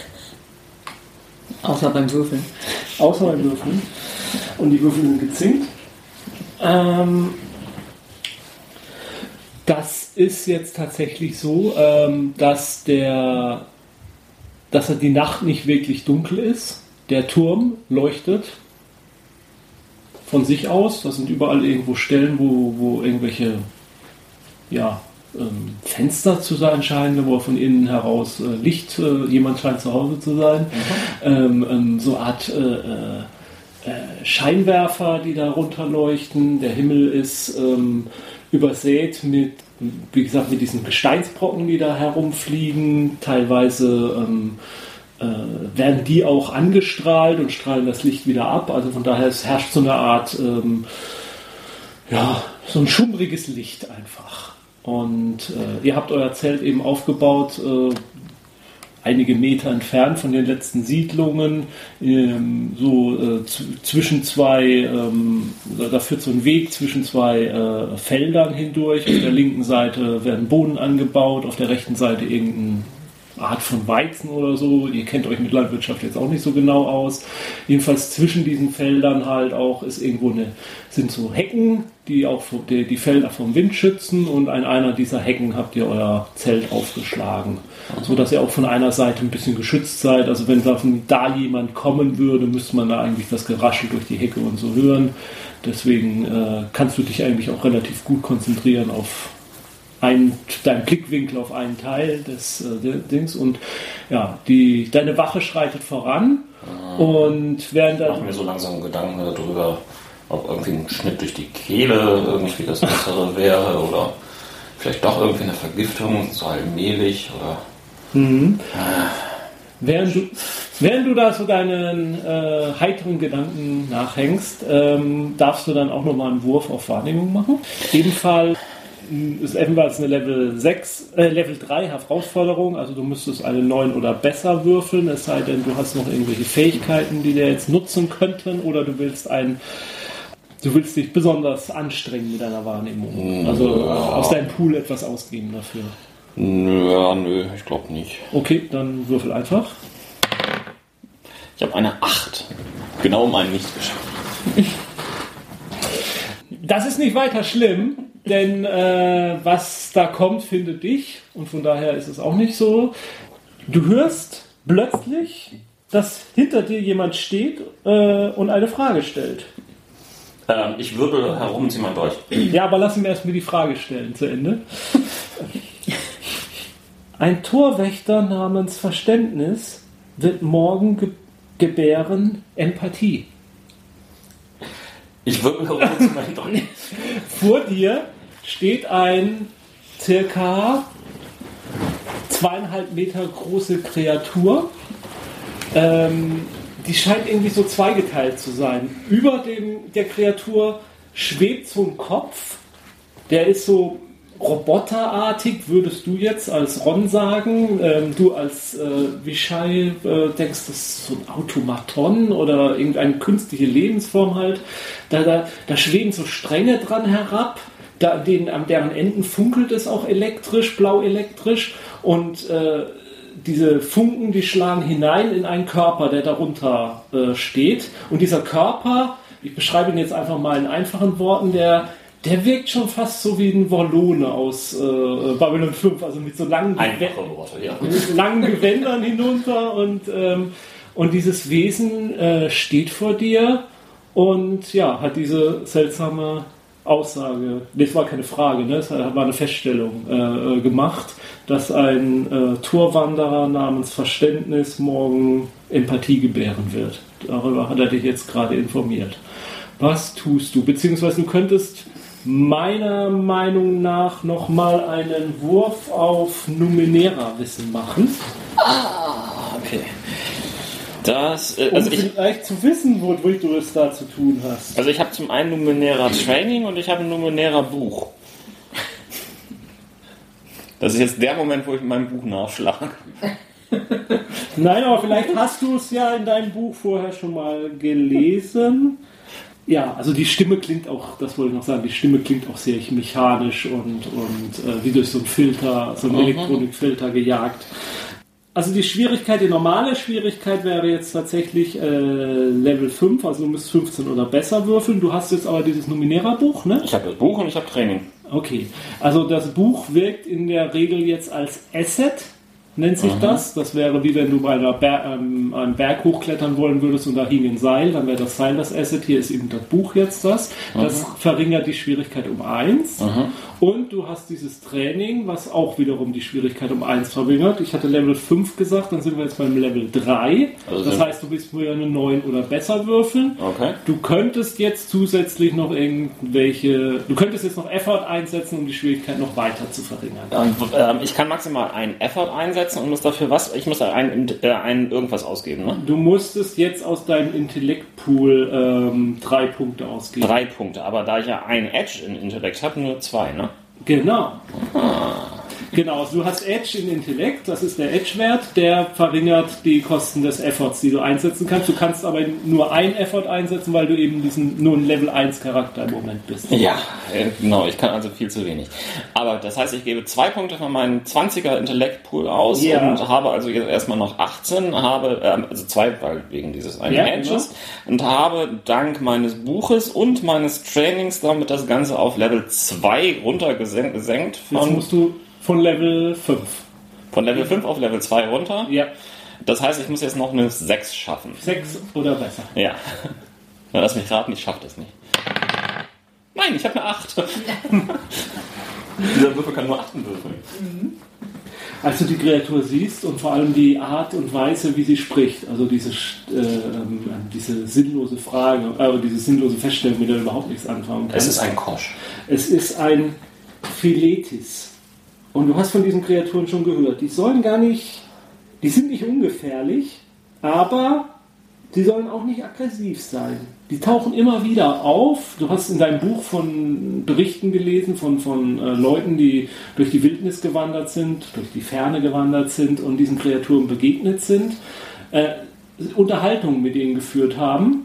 Außer beim Würfeln. Außer beim Würfeln. Und die Würfel sind gezinkt. Ähm, das ist jetzt tatsächlich so, ähm, dass der, dass die Nacht nicht wirklich dunkel ist. Der Turm leuchtet von sich aus. Das sind überall irgendwo Stellen, wo, wo irgendwelche ja, ähm, Fenster zu sein scheinen, wo von innen heraus äh, Licht, äh, jemand scheint zu Hause zu sein. Mhm. Ähm, ähm, so eine Art äh, äh, Scheinwerfer, die da runterleuchten. Der Himmel ist ähm, übersät mit, wie gesagt, mit diesen Gesteinsbrocken, die da herumfliegen. Teilweise ähm, äh, werden die auch angestrahlt und strahlen das Licht wieder ab. Also von daher es herrscht so eine Art, ähm, ja, so ein schummriges Licht einfach. Und äh, ihr habt euer Zelt eben aufgebaut, äh, einige Meter entfernt von den letzten Siedlungen, ähm, so äh, z- zwischen zwei, ähm, da führt so ein Weg zwischen zwei äh, Feldern hindurch. Auf der linken Seite werden Bohnen angebaut, auf der rechten Seite irgendeine Art von Weizen oder so. Ihr kennt euch mit Landwirtschaft jetzt auch nicht so genau aus. Jedenfalls zwischen diesen Feldern halt auch ist irgendwo eine, sind so Hecken, die auch die, die Felder vom Wind schützen, und an einer dieser Hecken habt ihr euer Zelt aufgeschlagen, so dass ihr auch von einer Seite ein bisschen geschützt seid. Also wenn da, von da jemand kommen würde, müsste man da eigentlich das Geraschel durch die Hecke und so hören. Deswegen äh, kannst du dich eigentlich auch relativ gut konzentrieren auf Ein, dein Blickwinkel auf einen Teil des äh, Dings, und ja, die, deine Wache schreitet voran mhm. und während ich mache mir so langsam Gedanken darüber, ob irgendwie ein Schnitt durch die Kehle irgendwie das Bessere wäre oder vielleicht doch irgendwie eine Vergiftung, so allmählich oder mhm. äh. während, du, während du da so deinen äh, heiteren Gedanken nachhängst, ähm, darfst du dann auch nochmal einen Wurf auf Wahrnehmung machen. Ebenfalls ist ebenfalls eine Level sechs, äh, Level drei Herausforderung, also du müsstest eine neun oder besser würfeln, es sei denn, du hast noch irgendwelche Fähigkeiten, die dir jetzt nutzen könnten, oder du willst ein, du willst dich besonders anstrengen mit deiner Wahrnehmung, also ja. aus deinem Pool etwas ausgeben dafür. Ja, nö, ich glaube nicht. Okay, dann würfel einfach. Ich habe eine acht. Genau um einen nicht geschafft. Das ist nicht weiter schlimm, denn äh, was da kommt, findet dich, und von daher ist es auch nicht so. Du hörst plötzlich, dass hinter dir jemand steht äh, und eine Frage stellt. Ähm, ich wirbel herum und ziehe mein Dolch. Ja, aber lass mir erstmal die Frage stellen zu Ende. Ein Torwächter namens Verständnis wird morgen ge- gebären Empathie. Ich wirbel herum und ziehe mein Dolch. Vor dir steht ein circa zweieinhalb Meter große Kreatur. Ähm, die scheint irgendwie so zweigeteilt zu sein. Über dem, der Kreatur schwebt so ein Kopf. Der ist so roboterartig, würdest du jetzt als Ron sagen. Ähm, du als äh, Vishai äh, denkst, das ist so ein Automaton oder irgendeine künstliche Lebensform halt. Da, da, da schweben so Stränge dran herab. Da, den, an deren Enden funkelt es auch elektrisch, blau-elektrisch. Und äh, diese Funken, die schlagen hinein in einen Körper, der darunter äh, steht. Und dieser Körper, ich beschreibe ihn jetzt einfach mal in einfachen Worten, der, der wirkt schon fast so wie ein Wallone aus äh, Babylon fünf, also mit so langen, Einfache Worte, ja. mit so langen Gewändern hinunter. Und, ähm, und dieses Wesen äh, steht vor dir und ja, hat diese seltsame Aussage, das war keine Frage, ne? Es war eine Feststellung äh, gemacht, dass ein äh, Torwanderer namens Verständnis morgen Empathie gebären wird. Darüber hat er dich jetzt gerade informiert. Was tust du? Beziehungsweise du könntest meiner Meinung nach nochmal einen Wurf auf Numenera-Wissen machen. Ah, okay. Das, äh, also um ich, vielleicht zu wissen, womit du es da zu tun hast. also ich habe zum einen Numenera Training und ich habe ein Numenera Buch. Das ist jetzt der Moment, wo ich in meinem Buch nachschlage. Nein, aber vielleicht hast du es ja in deinem Buch vorher schon mal gelesen. Ja, also die Stimme klingt auch, das wollte ich noch sagen, die Stimme klingt auch sehr mechanisch und, und äh, wie durch so einen Filter, so einen Mhm. Elektronikfilter gejagt. Also die Schwierigkeit, die normale Schwierigkeit wäre jetzt tatsächlich äh, Level fünf, also du musst fünfzehn oder besser würfeln. Du hast jetzt aber dieses Numenera-Buch, ne? Ich habe das Buch und ich habe Training. Okay, also das Buch wirkt in der Regel jetzt als Asset, nennt sich Mhm. das. Das wäre wie wenn du bei einer Ber ähm, einen Berg hochklettern wollen würdest und da hing ein Seil, dann wäre das Seil das Asset. Hier ist eben das Buch jetzt das. Das verringert die Schwierigkeit um eins. Mhm. Und du hast dieses Training, was auch wiederum die Schwierigkeit um eins verringert. Ich hatte Level fünf gesagt, dann sind wir jetzt beim Level drei. Also das sind- heißt, du willst nur eine neun oder besser würfeln. Okay. Du könntest jetzt zusätzlich noch irgendwelche, du könntest jetzt noch Effort einsetzen, um die Schwierigkeit noch weiter zu verringern. Ähm, ähm, ich kann maximal einen Effort einsetzen und muss dafür was? Ich muss da einen, äh, einen irgendwas ausgeben, ne? Du musstest jetzt aus deinem Intellektpool ähm, drei Punkte ausgeben. Drei Punkte, aber da ich ja einen Edge in Intellekt habe, nur zwei, ne? Genau. Genau, also du hast Edge in Intellekt, das ist der Edge-Wert, der verringert die Kosten des Efforts, die du einsetzen kannst. Du kannst aber nur ein Effort einsetzen, weil du eben diesen nur ein Level eins Charakter im Moment bist. Ja, äh, genau, ich kann also viel zu wenig. Aber das heißt, ich gebe zwei Punkte von meinem zwanziger Intellektpool aus Ja. und habe also jetzt erstmal noch achtzehn, habe, ähm, also zwei, weil wegen dieses einen Ja, Edges, und habe dank meines Buches und meines Trainings damit das Ganze auf Level zwei runtergesenkt gesenkt Jetzt von, musst du von Level fünf. von Level fünf auf Level zwei runter. Ja, Das heißt, ich muss jetzt noch eine sechs schaffen. sechs oder besser. Ja. Na, lass mich raten, ich schaffe das nicht. Nein, ich habe eine acht. Dieser Würfel kann nur achten würfeln. Als du die Kreatur siehst und vor allem die Art und Weise, wie sie spricht, also diese, äh, diese sinnlose Frage, äh, diese sinnlose Feststellung, mit der du überhaupt nichts anfangen kannst. Es ist ein Kosch. Es ist ein Philetis. Und du hast von diesen Kreaturen schon gehört. Die sollen gar nicht, die sind nicht ungefährlich, aber die sollen auch nicht aggressiv sein. Die tauchen immer wieder auf. Du hast in deinem Buch von Berichten gelesen von, von äh, Leuten, die durch die Wildnis gewandert sind, durch die Ferne gewandert sind und diesen Kreaturen begegnet sind, äh, Unterhaltungen mit ihnen geführt haben.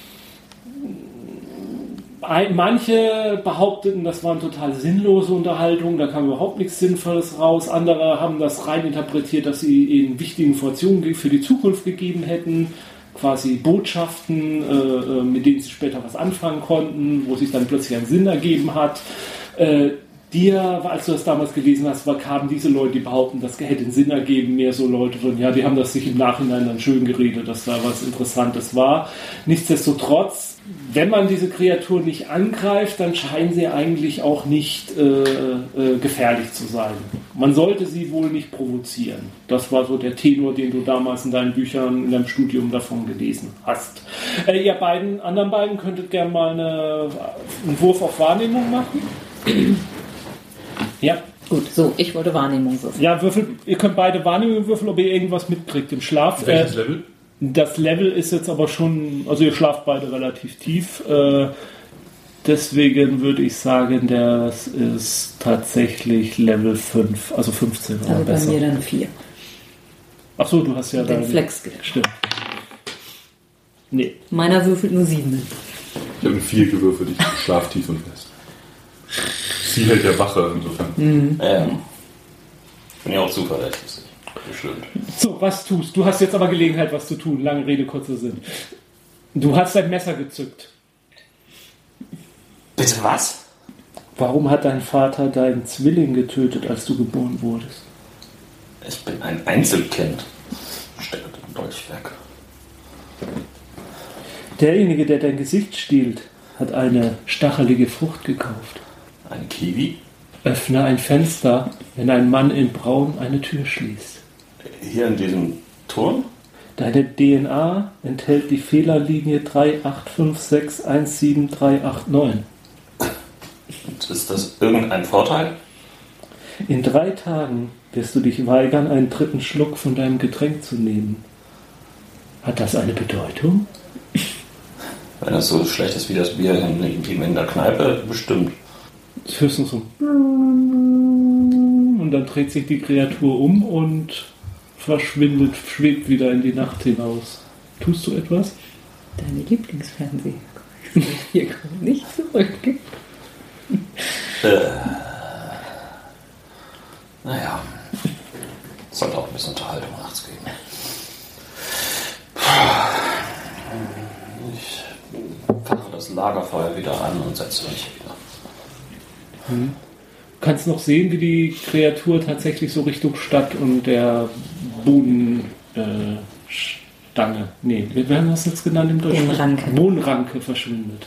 Ein, manche behaupteten, das waren total sinnlose Unterhaltungen, da kam überhaupt nichts Sinnvolles raus. Andere haben das rein interpretiert, dass sie ihnen wichtige Informationen für die Zukunft gegeben hätten. Quasi Botschaften, äh, mit denen sie später was anfangen konnten, wo sich dann plötzlich ein Sinn ergeben hat. Äh, dir, als du das damals gelesen hast, war, kamen diese Leute, die behaupten, das hätte den Sinn ergeben, mehr so Leute von, ja, die haben das sich im Nachhinein dann schön geredet, dass da was Interessantes war. Nichtsdestotrotz, wenn man diese Kreatur nicht angreift, dann scheinen sie eigentlich auch nicht äh, äh, gefährlich zu sein. Man sollte sie wohl nicht provozieren. Das war so der Tenor, den du damals in deinen Büchern, in deinem Studium davon gelesen hast. Äh, ihr beiden, anderen beiden könntet gerne mal eine, einen Wurf auf Wahrnehmung machen. Ja. Gut, so, ich wollte Wahrnehmung würfeln. Ja, würfel, ihr könnt beide Wahrnehmung würfeln, ob ihr irgendwas mitkriegt im Schlaf. Welches äh, Level? Das Level ist jetzt aber schon, also ihr schlaft beide relativ tief. Äh, deswegen würde ich sagen, das ist tatsächlich Level fünf, also fünfzehn oder Also bei besser. mir dann vier. Achso, du hast ja Den deinen Flex. Stimmt. Nee. Meiner würfelt nur sieben. Ich habe eine vier gewürfelt, ich schlaf tief und fest. Sie hält ja Wache, insofern. Mhm. Ja. Ich bin ja auch zuverlässig. Bestimmt. So, was tust? Du hast jetzt aber Gelegenheit, was zu tun. Lange Rede, kurzer Sinn. Du hast dein Messer gezückt. Bitte was? Warum hat dein Vater deinen Zwilling getötet, als du geboren wurdest? Ich bin ein Einzelkind. Stecke den Dolch weg. Derjenige, der dein Gesicht stiehlt, hat eine stachelige Frucht gekauft. Ein Kiwi? Öffne ein Fenster, wenn ein Mann in Braun eine Tür schließt. Hier in diesem Turm? Deine D N A enthält die Fehlerlinie drei acht fünf sechs eins sieben drei acht neun. Und ist das irgendein Vorteil? In drei Tagen wirst du dich weigern, einen dritten Schluck von deinem Getränk zu nehmen. Hat das eine Bedeutung? Wenn das so schlecht ist wie das Bier in, in der Kneipe, bestimmt. Es ist höchstens so. Und dann dreht sich die Kreatur um und verschwindet, schwebt wieder in die Nacht hinaus. Tust du etwas? Deine Lieblingsfernseh. Hier kommt nicht zurück. Äh, naja. Es sollte auch ein bisschen Unterhaltung nachts geben. Ich fache das Lagerfeuer wieder an und setze mich wieder. Hm. Du kannst noch sehen, wie die Kreatur tatsächlich so Richtung Stadt und der Bodenstange, äh, nee, wie werden wir das jetzt genannt im Deutschen? Bodenranke. Bodenranke verschwindet.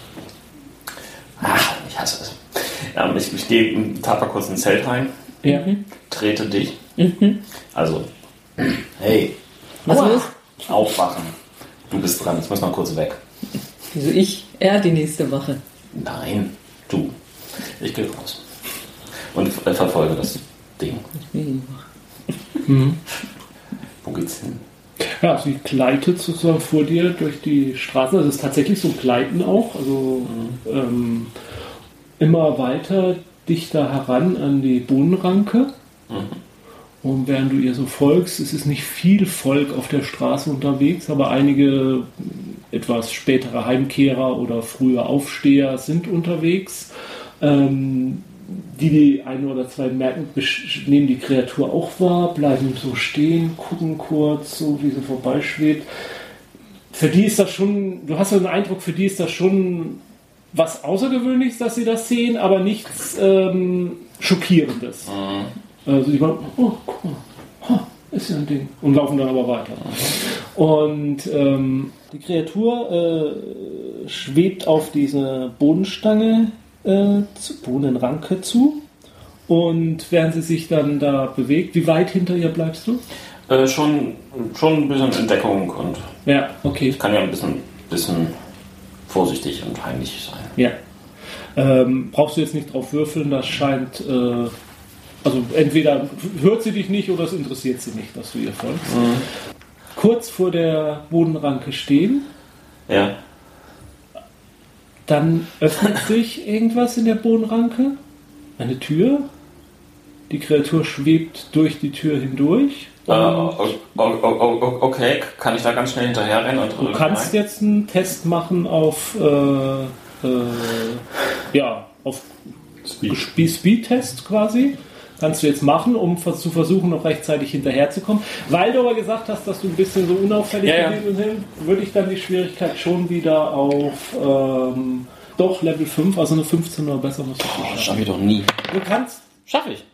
Ach, ich hasse es. Ja, ich, ich gehe tapfer kurz ins Zelt rein, Ja. trete dich. Mhm. Also, hey, Was Aua. los? Aufwachen. Du bist dran, ich muss mal kurz weg. Wieso ich? Er die nächste Woche. Nein, du. Ich gehe raus. Und ver- verfolge das Ding. Ich bin die Woche. Mhm. Wo geht's hin? Ja, sie gleitet sozusagen vor dir durch die Straßen. Also es ist tatsächlich so ein Gleiten auch. Also Mhm. ähm, immer weiter dichter heran an die Bodenranke. Mhm. Und während du ihr so folgst, es ist nicht viel Volk auf der Straße unterwegs, aber einige etwas spätere Heimkehrer oder frühe Aufsteher sind unterwegs. Ähm, die, die ein oder zwei merken, besch- nehmen die Kreatur auch wahr, bleiben so stehen, gucken kurz, so wie sie vorbeischwebt. Für die ist das schon, du hast so den Eindruck, für die ist das schon was Außergewöhnliches, dass sie das sehen, aber nichts ähm, Schockierendes. Mhm. Also die waren, oh, guck mal, ha, ist ja ein Ding. Und laufen dann aber weiter. Und ähm, die Kreatur äh, schwebt auf diese Bodenstange, äh, zu, Bodenranke zu. Und während sie sich dann da bewegt, wie weit hinter ihr bleibst du? Äh, schon, schon ein bisschen Entdeckung und Ja, okay. ich kann ja ein bisschen, bisschen vorsichtig und heimlich sein. Ja. Ähm, brauchst du jetzt nicht drauf würfeln, das scheint, äh, also entweder hört sie dich nicht oder es interessiert sie nicht, dass du ihr folgst. Mhm. Kurz vor der Bodenranke stehen, Ja. dann öffnet sich irgendwas in der Bodenranke, eine Tür, die Kreatur schwebt durch die Tür hindurch. Äh, Und o- o- o- o- okay, kann ich da ganz schnell hinterher rennen? Und du kannst jetzt einen Test machen auf, äh, äh, ja, auf Speed. Spe- Speed-Test quasi. Kannst du jetzt machen, um vers- zu versuchen, noch rechtzeitig hinterherzukommen. Weil du aber gesagt hast, dass du ein bisschen so unauffällig Ja, ja. gewesen bist, würde ich dann die Schwierigkeit schon wieder auf ähm, Doch, Level fünf, also eine fünfzehn oder besser musst du Oh, schaffen. das schaffe ich doch nie. Du kannst... Schaffe ich.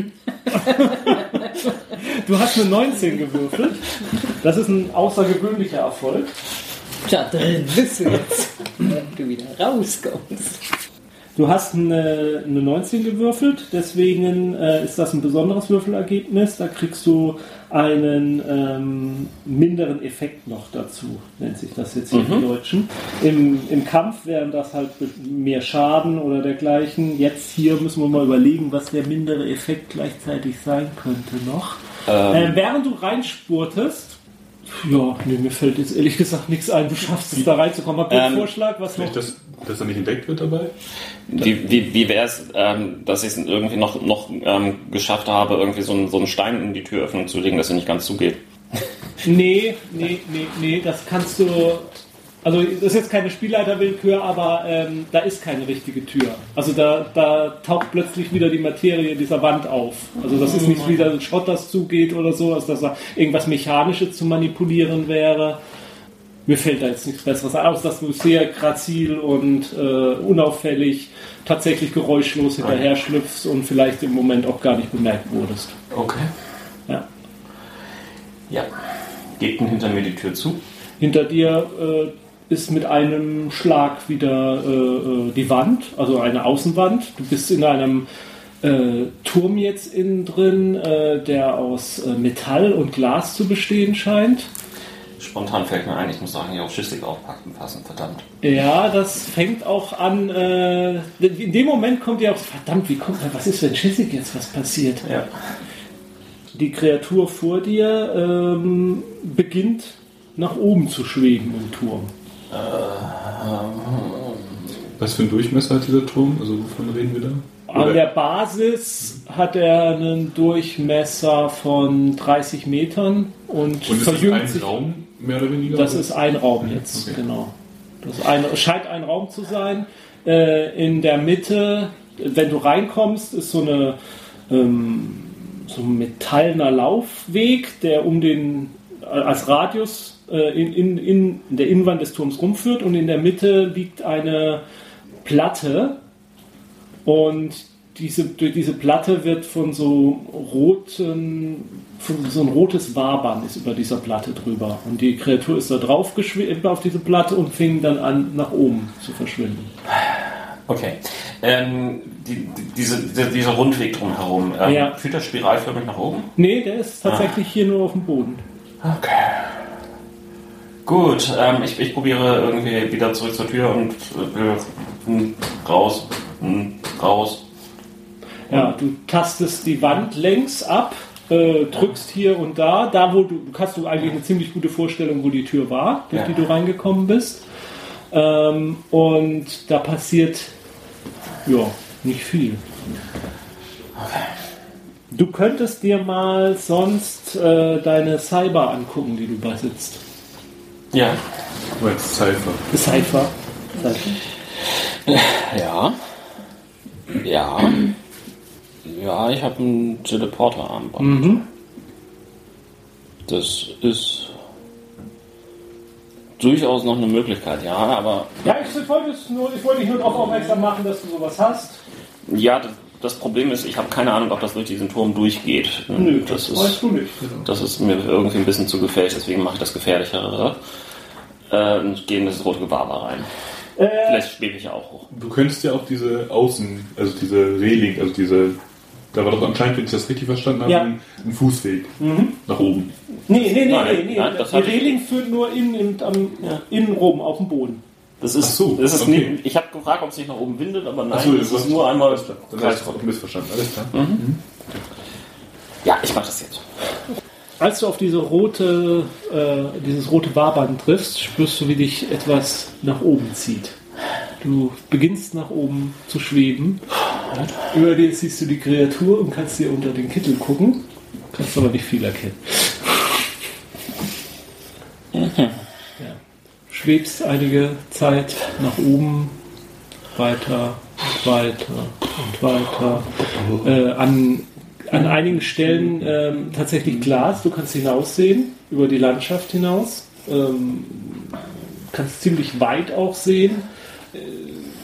Du hast eine neunzehn gewürfelt. Das ist ein außergewöhnlicher Erfolg. Tja, drin bist du jetzt, wenn du wieder rauskommst. Du hast eine, eine neunzehn gewürfelt, deswegen äh, ist das ein besonderes Würfelergebnis. Da kriegst du einen ähm, minderen Effekt noch dazu, nennt sich das jetzt hier Mhm. im Deutschen. Im, Im Kampf wären das halt mehr Schaden oder dergleichen. Jetzt hier müssen wir mal überlegen, was der mindere Effekt gleichzeitig sein könnte noch. Ähm. Äh, während du reinspurtest, ja, nee, mir fällt jetzt ehrlich gesagt nichts ein. Du schaffst es da reinzukommen. Hab ich einen Ähm, Vorschlag, was noch... Vielleicht, dass, dass er nicht entdeckt wird dabei? Wie, wie, wie wäre es, ähm, dass ich es irgendwie noch, noch ähm, geschafft habe, irgendwie so einen, so einen Stein in die Türöffnung zu legen, dass sie nicht ganz zugeht? Nee, nee, nee, nee, das kannst du... Also das ist jetzt keine Spielleiterwillkür, aber ähm, da ist keine richtige Tür. Also da, da taucht plötzlich wieder die Materie dieser Wand auf. Also das ist nicht wieder ein Schrott, das zugeht oder so, als dass da irgendwas Mechanisches zu manipulieren wäre. Mir fällt da jetzt nichts Besseres ein, außer dass du sehr grazil und äh, unauffällig, tatsächlich geräuschlos hinterher schlüpfst und vielleicht im Moment auch gar nicht bemerkt wurdest. Okay. Ja. Ja. Geht denn hinter mir die Tür zu? Hinter dir äh, ist mit einem Schlag wieder äh, die Wand, also eine Außenwand. Du bist in einem äh, Turm jetzt innen drin, äh, der aus äh, Metall und Glas zu bestehen scheint. Spontan fällt mir ein, ich muss Sachen hier auf Schissig aufpacken passen, verdammt. Ja, das fängt auch an, äh, in dem Moment kommt ja auch, verdammt, wie kommt, was ist, wenn Schissig jetzt was passiert? Ja. Die Kreatur vor dir ähm, beginnt nach oben zu schweben im Turm. Was für ein Durchmesser hat dieser Turm? Also wovon reden wir da? An der Basis hat er einen Durchmesser von dreißig Metern und, Und ist das verjüngt ein sich. Raum, mehr oder weniger? Das oder? ist ein Raum jetzt, Okay. genau. Das ist ein, scheint ein Raum zu sein. Äh, in der Mitte, wenn du reinkommst, ist so eine ähm, so ein metallener Laufweg, der um den als Radius äh, in, in, in der Innenwand des Turms rumführt, und in der Mitte liegt eine Platte, und diese, durch diese Platte wird von so roten, von so ein rotes Wabern ist über dieser Platte drüber, und die Kreatur ist da drauf geschwebt auf diese Platte und fing dann an, nach oben zu verschwinden. Okay. Ähm, die, die, diese, die, dieser Rundweg drumherum, ähm, Ja. führt der spiralförmig nach oben? Nee, der ist tatsächlich hier nur auf dem Boden. Okay. Gut, ähm, ich, ich probiere irgendwie wieder zurück zur Tür und äh, raus, raus. Ja, du tastest die Wand längs ab, äh, drückst hier und da, da wo du, du hast du eigentlich eine ziemlich gute Vorstellung, wo die Tür war, durch Ja. die du reingekommen bist. Ähm, und da passiert, ja, nicht viel. Du könntest dir mal sonst äh, deine Cyber angucken, die du besitzt. Ja. Du meinst Cypher. Cypher. Cypher. Ja. Ja. Ja, ich habe einen Teleporter-Armband. Mhm. Das ist durchaus noch eine Möglichkeit, ja, aber Ja, ich wollte, es nur, ich wollte dich nur darauf aufmerksam machen, dass du sowas hast. ja, das, das Problem ist, ich habe keine Ahnung, ob das durch diesen Turm durchgeht. Nö, das weißt ist, du nicht. das ist mir irgendwie ein bisschen zu gefährlich, deswegen mache ich das Gefährlichere äh, und gehe in das rote Gewaber rein. Äh, Vielleicht schwebe ich ja auch hoch. Du könntest ja auch diese Außen, also diese Reling, also diese, da war doch anscheinend, wenn ich das richtig verstanden habe, Ja. ein, ein Fußweg nach oben. Nee, nee, nee, Nein, nee, nee. nein, das Die hab ich- Reling führt nur innen, im, am, Ja. innen rum auf dem Boden. Das ist, Ach so, das ist okay. nie, ich habe gefragt, ob es sich nach oben windet, aber nein, Achso, das ist nur einmal Alles klar. Dann hast du es auch missverstanden. Alles klar. Ja, ich mache das jetzt. Als du auf diese rote, äh, dieses rote Wabern triffst, spürst du, wie dich etwas nach oben zieht. Du beginnst nach oben zu schweben. Über dir siehst du die Kreatur und kannst dir unter den Kittel gucken. Kannst aber nicht viel erkennen. Ja. Schwebst einige Zeit nach oben, weiter und weiter und weiter. Äh, an, an einigen Stellen ähm, tatsächlich Glas. Du kannst hinaussehen, über die Landschaft hinaus. Ähm, kannst ziemlich weit auch sehen. Äh,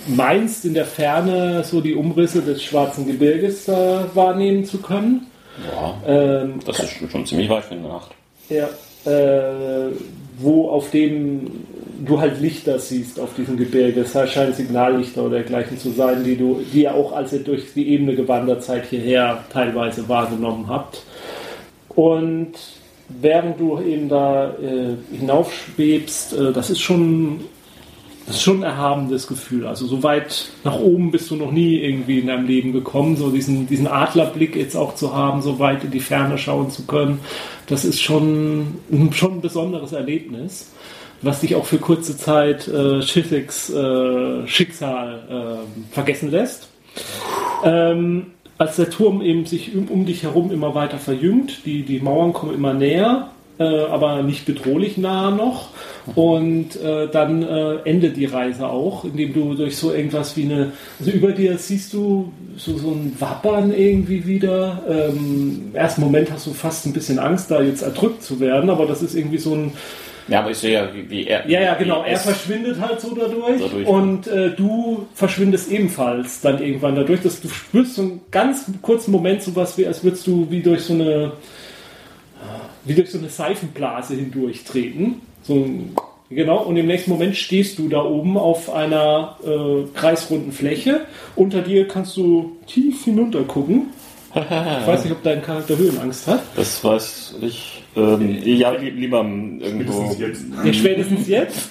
meinst in der Ferne so die Umrisse des Schwarzen Gebirges äh, wahrnehmen zu können. Ja, Ähm, das ist schon ziemlich weit für eine Nacht. Ja, äh, wo auf dem du halt Lichter siehst auf diesem Gebirge. Es scheinen Signallichter oder dergleichen zu sein, die du, die ihr auch, als ihr durch die Ebene gewandert seid, hierher teilweise wahrgenommen habt. Und während du eben da äh, hinaufschwebst, äh, das ist schon, das ist schon ein erhabendes Gefühl. Also so weit nach oben bist du noch nie irgendwie in deinem Leben gekommen, so diesen, diesen Adlerblick jetzt auch zu haben, so weit in die Ferne schauen zu können. Das ist schon, schon ein besonderes Erlebnis, was dich auch für kurze Zeit äh, Shithiks äh, Schicksal äh, vergessen lässt. Ähm, als der Turm eben sich um, um dich herum immer weiter verjüngt, die, die Mauern kommen immer näher, äh, aber nicht bedrohlich nah noch. Und äh, dann äh, endet die Reise auch, indem du durch so irgendwas wie eine, also über dir siehst du so, so ein Wappern irgendwie wieder. Ähm, Im ersten Moment hast du fast ein bisschen Angst, da jetzt erdrückt zu werden, aber das ist irgendwie so ein... Ja, aber ich sehe ja, wie, wie er... Ja, ja, genau, er er verschwindet halt so dadurch, dadurch. und äh, du verschwindest ebenfalls dann irgendwann dadurch, dass du spürst so einen ganz kurzen Moment sowas, wie als würdest du wie durch so eine wie durch so eine Seifenblase hindurchtreten. So ein, genau, und im nächsten Moment stehst du da oben auf einer äh, kreisrunden Fläche. Unter dir kannst du tief hinunter gucken. Ich weiß nicht, ob dein Charakter Höhenangst hat. Das weiß ich. Ähm, ja, li- lieber irgendwo. Spätestens jetzt. Ja, spätestens jetzt.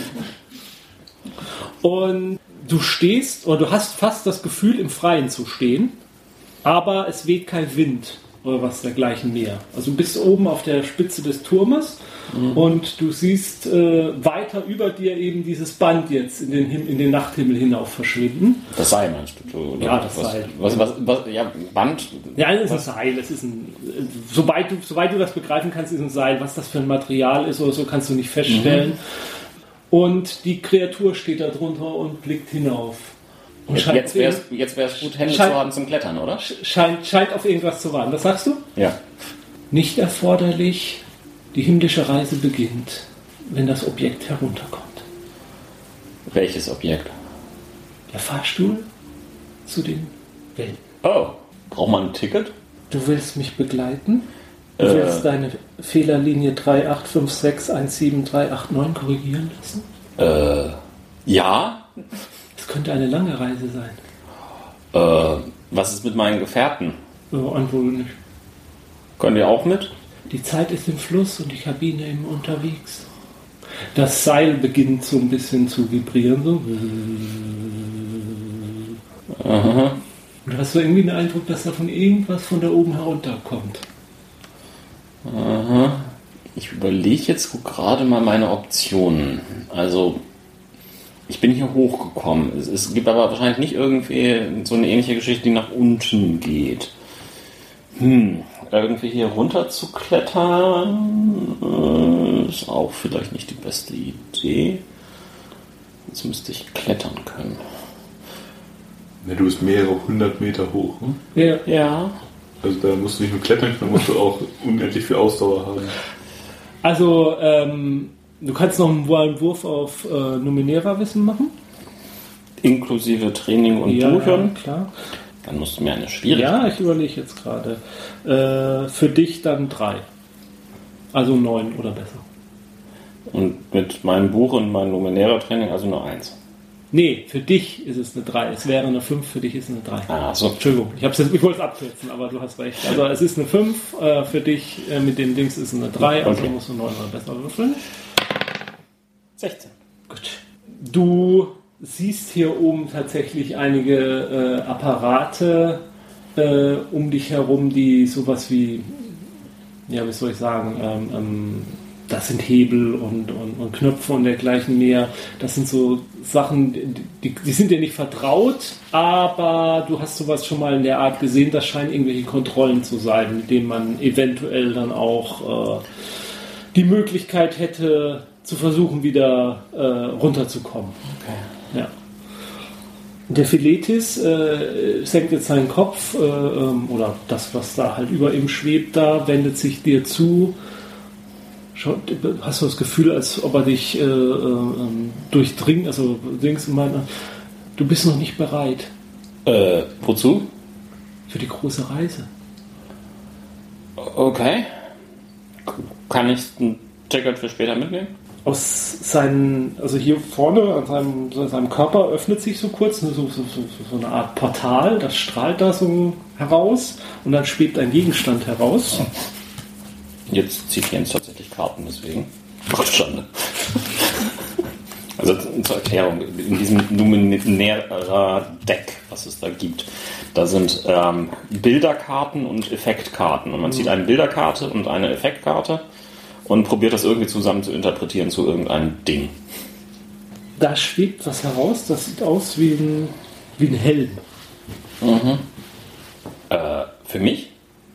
Und du stehst, oder du hast fast das Gefühl, im Freien zu stehen, aber es weht kein Wind oder was dergleichen mehr. Also du bist oben auf der Spitze des Turmes, mhm, und du siehst äh, weiter über dir eben dieses Band jetzt in den, Him- in den Nachthimmel hinauf verschwinden. Das Seil meinst du? Oder Ja, das was, Seil. Was, was, was, ja, Band? Ja, es ist ein Seil. Es ist ein, soweit, du, soweit du das begreifen kannst, ist ein Seil. Was das für ein Material ist oder so, kannst du nicht feststellen. Mhm. Und die Kreatur steht da drunter und blickt hinauf. Und Jetzt, jetzt wäre es jetzt wär's gut, Hände scheint, zu haben zum Klettern, oder? scheint, scheint auf irgendwas zu warten. Was sagst du? Ja. Nicht erforderlich. Die himmlische Reise beginnt, wenn das Objekt herunterkommt. Welches Objekt? Der Fahrstuhl zu den Welten. Oh, braucht man ein Ticket? Du willst mich begleiten? Du Äh. willst deine Fehlerlinie drei acht fünf sechs eins sieben drei acht neun korrigieren lassen? Äh, ja. Es könnte eine lange Reise sein. Äh, was ist mit meinen Gefährten? So, antworte nicht. Können die auch mit? Die Zeit ist im Fluss und die Kabine im Unterwegs. Das Seil beginnt so ein bisschen zu vibrieren. So. Aha. Und du hast so irgendwie den Eindruck, dass davon irgendwas von da oben herunterkommt. Aha. Ich überlege jetzt gerade mal meine Optionen. Also, ich bin hier hochgekommen. Es, es gibt aber wahrscheinlich nicht irgendwie so eine ähnliche Geschichte, die nach unten geht. Hm, irgendwie hier runter zu klettern äh, ist auch vielleicht nicht die beste Idee. Jetzt müsste ich klettern können. Ja, du bist mehrere hundert Meter hoch. Ne? Ja. Ja. Also da musst du nicht nur klettern, da musst du auch unendlich viel Ausdauer haben. Also, ähm, du kannst noch einen Wurf auf äh, Numenera-Wissen machen. Inklusive Training und Ja, Büchern. klar. Dann musst du mir eine Schwierigkeit. Ja, ich überlege jetzt gerade. Äh, für dich dann drei. Also neun oder besser. Und mit meinem Buch und meinem Numenera-Training also nur eins. Nee, für dich ist es eine drei. Es wäre eine fünf, für dich ist es eine drei. Ah, so. Entschuldigung, ich, hab's jetzt, ich wollte es abkürzen, aber du hast recht. Also es ist eine fünf, äh, für dich äh, mit den Dings ist es eine drei, also Okay. musst du neun oder besser würfeln. sechzehn. Gut. Du siehst hier oben tatsächlich einige äh, Apparate äh, um dich herum, die sowas wie, ja, wie soll ich sagen, ähm, ähm, das sind Hebel und, und, und Knöpfe und dergleichen mehr. Das sind so Sachen, die, die sind dir nicht vertraut, aber du hast sowas schon mal in der Art gesehen. Das scheinen irgendwelche Kontrollen zu sein, mit denen man eventuell dann auch äh, die Möglichkeit hätte, zu versuchen, wieder äh, runterzukommen. Okay. Ja. Der Philetis äh, senkt jetzt seinen Kopf, äh, ähm, oder das, was da halt über ihm schwebt, da wendet sich dir zu. Schau, hast du das Gefühl, als ob er dich äh, äh, durchdringt, also denkst du mal, Du bist noch nicht bereit Äh, wozu? für die große Reise. Okay. Kann ich ein Ticket für später mitnehmen? Aus seinen, also hier vorne an seinem, an seinem Körper öffnet sich so kurz so, so, so, so eine Art Portal, das strahlt da so heraus und dann schwebt ein Gegenstand heraus. Jetzt zieht Jens tatsächlich Karten, deswegen. Ach, Schande. Also zur Erklärung, in diesem Numenera-Deck, was es da gibt, da sind ähm, Bilderkarten und Effektkarten. Und man zieht eine Bilderkarte und eine Effektkarte und probiert das irgendwie zusammen zu interpretieren zu irgendeinem Ding. Da schwebt was heraus, das sieht aus wie ein, wie ein Helm. Mhm. Äh, für mich?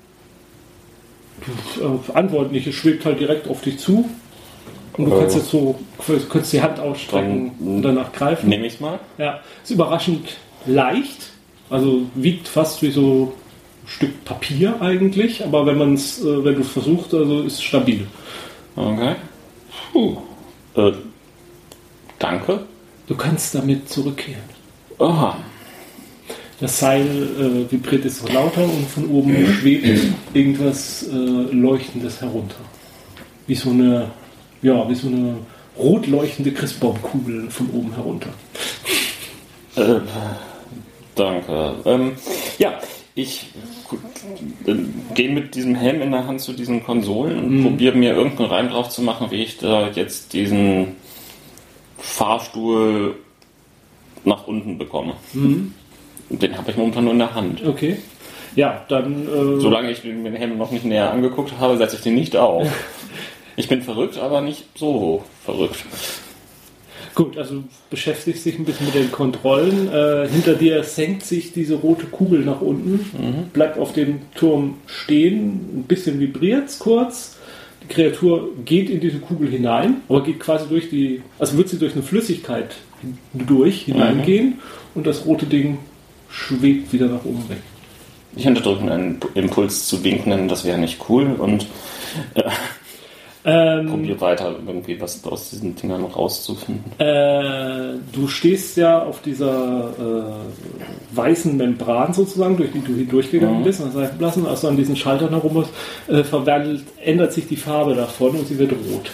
Du äh, antworten nicht, es schwebt halt direkt auf dich zu. Und du kannst Äh. jetzt so, du kannst die Hand ausstrecken Dann, und danach greifen. Nehme ich es mal. Ja, ist überraschend leicht. Also wiegt fast wie so ein Stück Papier eigentlich, aber wenn man es, äh, wenn du es versuchst, also ist es stabil. Okay. Puh. Äh, danke. Du kannst damit zurückkehren. Aha. Das Seil äh, vibriert jetzt noch lauter und von oben schwebt irgendwas äh, Leuchtendes herunter. Wie so eine, ja, wie so eine rot leuchtende Christbaumkugel von oben herunter. Äh, danke. Ähm, ja, ich äh, gehe mit diesem Helm in der Hand zu diesen Konsolen und Mhm. probiere mir irgendeinen Reim drauf zu machen, wie ich da jetzt diesen Fahrstuhl nach unten bekomme. Mhm. Den habe ich momentan nur in der Hand. Okay. Ja, dann. Äh, Solange ich mir den Helm noch nicht näher angeguckt habe, setze ich den nicht auf. Ich bin verrückt, aber nicht so verrückt. Gut, also beschäftigst dich ein bisschen mit den Kontrollen. Äh, hinter dir senkt sich diese rote Kugel nach unten, Mhm. bleibt auf dem Turm stehen, ein bisschen vibriert es kurz. Die Kreatur geht in diese Kugel hinein, aber geht quasi durch die, also wird sie durch eine Flüssigkeit durch hineingehen und das rote Ding schwebt wieder nach oben weg. Ich unterdrücke einen Impuls zu winken, das wäre nicht cool und äh, Ähm, probiere weiter irgendwie was aus diesen Dingern rauszufinden. Äh, du stehst ja auf dieser äh, weißen Membran sozusagen, durch die du hier durchgegangen Mhm. bist, an Seifenblasen, als du an diesen Schaltern herum bist, äh, verwandelt, ändert sich die Farbe davon und sie wird rot.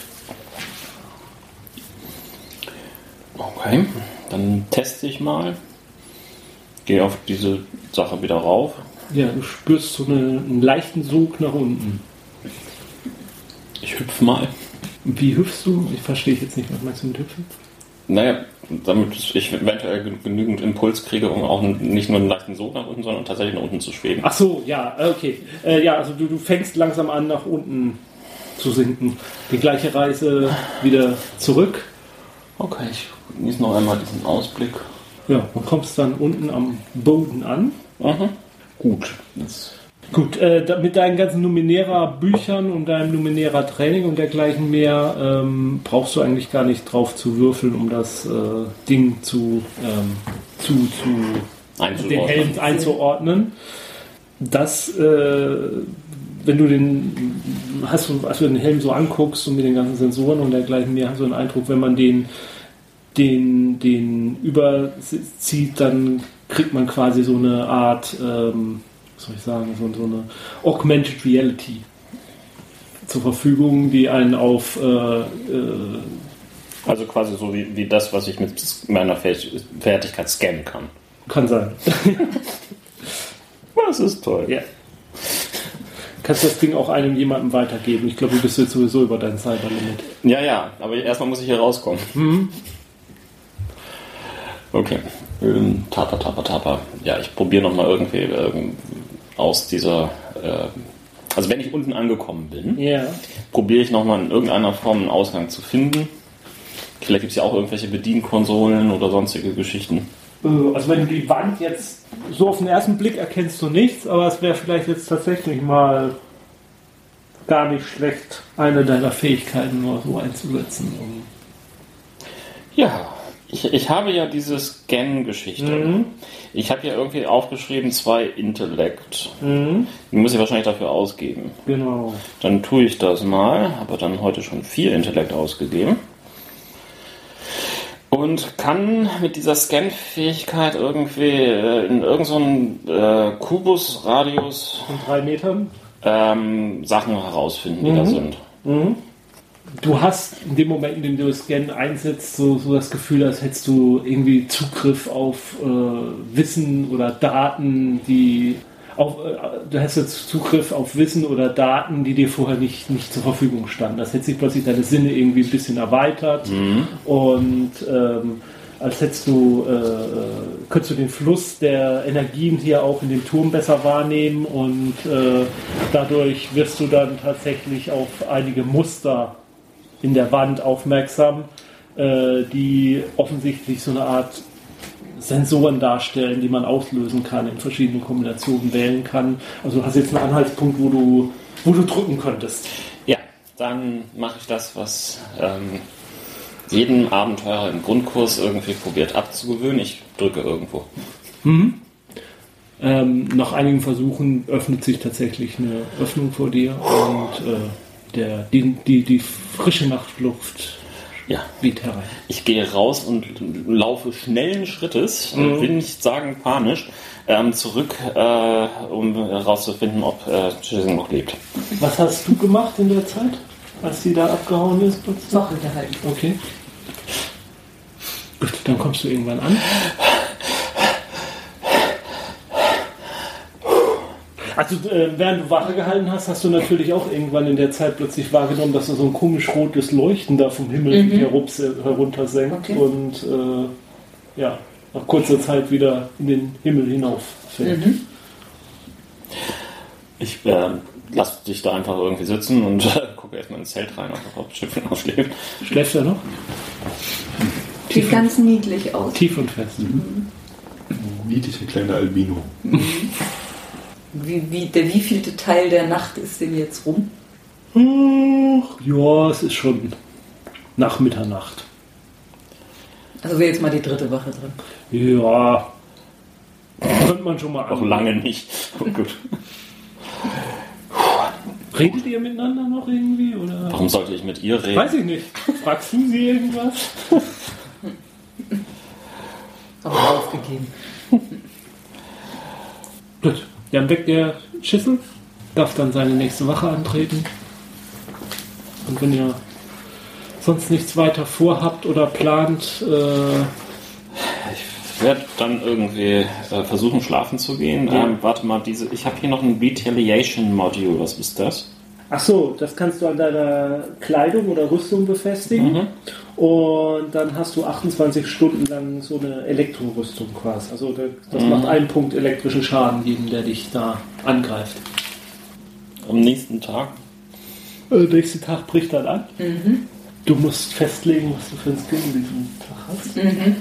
Okay, dann teste ich mal. Gehe auf diese Sache wieder rauf. Ja, du spürst so eine, einen leichten Sog nach unten. Ich hüpfe mal. Wie hüpfst du? Ich verstehe jetzt nicht, was meinst du mit hüpfen? Naja, damit ich eventuell genügend Impuls kriege, um auch nicht nur einen leichten Sog nach unten, sondern tatsächlich nach unten zu schweben. Ach so, ja, okay. Äh, ja, also du, du fängst langsam an, nach unten zu sinken. Die gleiche Reise wieder zurück. Okay, ich genieße noch einmal diesen Ausblick. Ja, und kommst dann unten am Boden an. Mhm. Gut. Jetzt. Gut, äh, da, mit deinen ganzen Numenera-Büchern und deinem Numenera-Training und dergleichen mehr ähm, brauchst du eigentlich gar nicht drauf zu würfeln, um das äh, Ding zu, ähm, zu, zu den Helm einzuordnen. Das, äh, wenn du den hast, du, als du den Helm so anguckst und mit den ganzen Sensoren und dergleichen mehr, hast du einen Eindruck, wenn man den den, den überzieht, dann kriegt man quasi so eine Art, ähm, was soll ich sagen, so, so eine Augmented Reality zur Verfügung, die einen auf äh, äh, Also quasi so wie, wie das, was ich mit meiner Fertigkeit scannen kann. kann sein. Das ist toll. Ja. Kannst das Ding auch einem jemandem weitergeben. Ich glaube, du bist jetzt sowieso über dein Cyberlimit. Ja, ja, aber erstmal muss ich hier rauskommen. Mhm. Okay. Ähm, Tapa, Tapa, Tapa. Ja, ich probiere nochmal irgendwie ähm, aus dieser... Äh, also wenn ich unten angekommen bin, Ja. probiere ich nochmal in irgendeiner Form einen Ausgang zu finden. Vielleicht gibt es ja auch irgendwelche Bedienkonsolen oder sonstige Geschichten. Also wenn du die Wand jetzt so auf den ersten Blick erkennst du nichts, aber es wäre vielleicht jetzt tatsächlich mal gar nicht schlecht, eine deiner Fähigkeiten nur so einzusetzen. Um Ja, ich, ich habe ja diese Scan-Geschichte. Mhm. Ich habe ja irgendwie aufgeschrieben, zwei Intellekt. Mhm. Die muss ich wahrscheinlich dafür ausgeben. Genau. Dann tue ich das mal. Habe dann heute schon vier Intellekt ausgegeben. Und kann mit dieser Scan-Fähigkeit irgendwie äh, in irgendeinem so äh, Kubusradius In drei Metern. ähm, Sachen herausfinden, die Mhm. da sind. Mhm. Du hast in dem Moment, in dem du Scan einsetzt, so, so das Gefühl, als hättest du irgendwie Zugriff auf äh, Wissen oder Daten, die auf, äh, du hast jetzt Zugriff auf Wissen oder Daten, die dir vorher nicht, nicht zur Verfügung standen. Das hätte sich plötzlich deine Sinne irgendwie ein bisschen erweitert Mhm. und ähm, als hättest du, äh, könntest du den Fluss der Energien hier auch in dem Turm besser wahrnehmen und äh, dadurch wirst du dann tatsächlich auf einige Muster in der Wand aufmerksam, äh, die offensichtlich so eine Art Sensoren darstellen, die man auslösen kann, in verschiedenen Kombinationen wählen kann. Also du hast jetzt einen Anhaltspunkt, wo du, wo du drücken könntest. Ja, dann mache ich das, was ähm, jedem Abenteurer im Grundkurs irgendwie probiert abzugewöhnen. Ich drücke irgendwo. Mhm. Ähm, nach einigen Versuchen öffnet sich tatsächlich eine Öffnung vor dir und äh, der, die, die, die frische Nachtluft Ja. weht herein. Ich gehe raus und laufe schnellen Schrittes, Mhm. will nicht sagen panisch, ähm, zurück, äh, um herauszufinden, ob äh, Chisholm noch lebt. Was hast du gemacht in der Zeit, als sie da abgehauen ist? Plötzlich? Wache gehalten. Okay. Gut, dann kommst du irgendwann an. Also äh, während du Wache gehalten hast, hast du natürlich auch irgendwann in der Zeit plötzlich wahrgenommen, dass da so ein komisch rotes Leuchten da vom Himmel Mhm. herups, heruntersenkt Okay. und äh, ja, nach kurzer Zeit wieder in den Himmel hinauffällt. Mhm. Ich äh, lasse dich da einfach irgendwie sitzen und äh, gucke erstmal ins Zelt rein, ob das Schiff noch schläft. Schläft er noch? Sieht ganz niedlich aus. Tief und fest. Niedlicher kleiner Albino. Wie, wie, der wievielte Teil der Nacht ist denn jetzt rum? Ach, ja, es ist schon nach Mitternacht. Also wäre jetzt mal die dritte Wache drin. Ja, könnte man schon mal Auch an. lange nicht. Oh, gut. Redet ihr miteinander noch irgendwie? Oder? Warum sollte ich mit ihr reden? Weiß ich nicht. Fragst du sie irgendwas? Aber aufgegeben. Gut. Dann weckt der Schissel, darf dann seine nächste Wache antreten. Und wenn ihr sonst nichts weiter vorhabt oder plant, äh, Ich werde dann irgendwie äh, versuchen, schlafen zu gehen. Ja. Ähm, warte mal, diese, ich habe hier noch ein Retaliation-Module. Was ist das? ach so, das kannst du an deiner Kleidung oder Rüstung befestigen. Mhm. Und dann hast du achtundzwanzig Stunden lang so eine Elektrorüstung quasi. Also das, das Mhm. macht einen Punkt elektrischen Schaden jedem, der dich da angreift. Am nächsten Tag. Äh, der nächste Tag bricht dann an. Du musst festlegen, was du für ein Skill an diesem Tag hast. Mhm.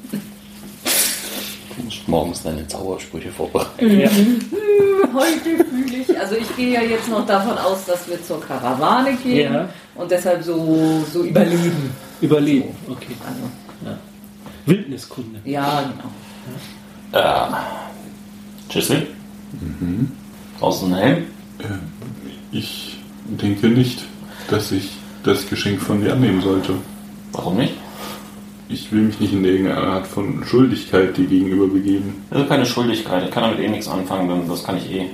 Du musst morgens deine Zaubersprüche vorbereiten. Ja. Heute fühle ich, also ich gehe ja jetzt noch davon aus, dass wir zur Karawane gehen Ja. und deshalb so, so überleben. Überleben, okay. Also, Wildniskunde. ja, genau. Äh, Chisel? Brauchst du einen Helm? Ich denke nicht, dass ich das Geschenk von dir annehmen sollte. Warum nicht? Ich will mich nicht in irgendeine Art von Schuldigkeit dir gegenüber begeben. Das ist keine Schuldigkeit. Ich kann damit eh nichts anfangen, denn das kann ich eh.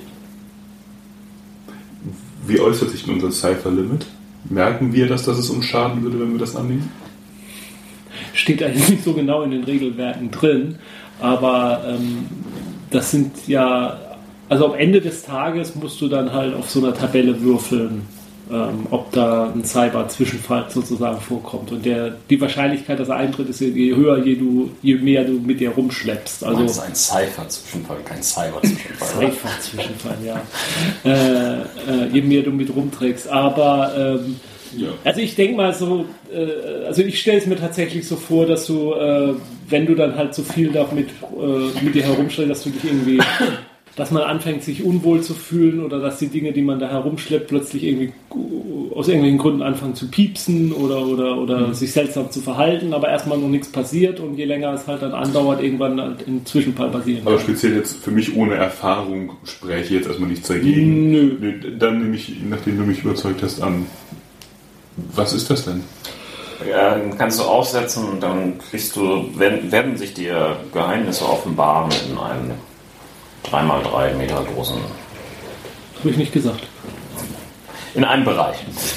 Wie äußert sich denn unser Cypher-Limit? Merken wir, dass das es uns schaden würde, wenn wir das annehmen? Steht eigentlich nicht so genau in den Regelwerken drin, aber ähm, das sind ja, also am Ende des Tages musst du dann halt auf so einer Tabelle würfeln, ähm, ob da ein Cyber-Zwischenfall sozusagen vorkommt. Und der, die Wahrscheinlichkeit, dass er eintritt, ist je höher, je, du, je mehr du mit dir rumschleppst. Also das Also ist ein Cypher-Zwischenfall, kein Cyber-Zwischenfall. Cyber-Zwischenfall, ja. äh, äh, je mehr du mit rumträgst. Aber ähm, Ja. also ich denke mal so, äh, also ich stelle es mir tatsächlich so vor, dass du, äh, wenn du dann halt so viel damit äh, mit dir herumstellst, dass du dich irgendwie, dass man anfängt, sich unwohl zu fühlen oder dass die Dinge, die man da herumschleppt, plötzlich irgendwie aus irgendwelchen Gründen anfangen zu piepsen oder, oder, oder mhm. sich seltsam zu verhalten, aber erstmal noch nichts passiert und je länger es halt dann andauert, irgendwann halt ein Zwischenfall passieren Aber kann. speziell jetzt für mich ohne Erfahrung spreche ich jetzt erstmal nichts dagegen. Nö. Dann nehme ich, nachdem du mich überzeugt hast, an. Was ist das denn? Ja, kannst du aufsetzen und dann kriegst du, werden, werden sich dir Geheimnisse offenbaren in einem drei mal drei Meter großen... Habe ich nicht gesagt. In einem Bereich.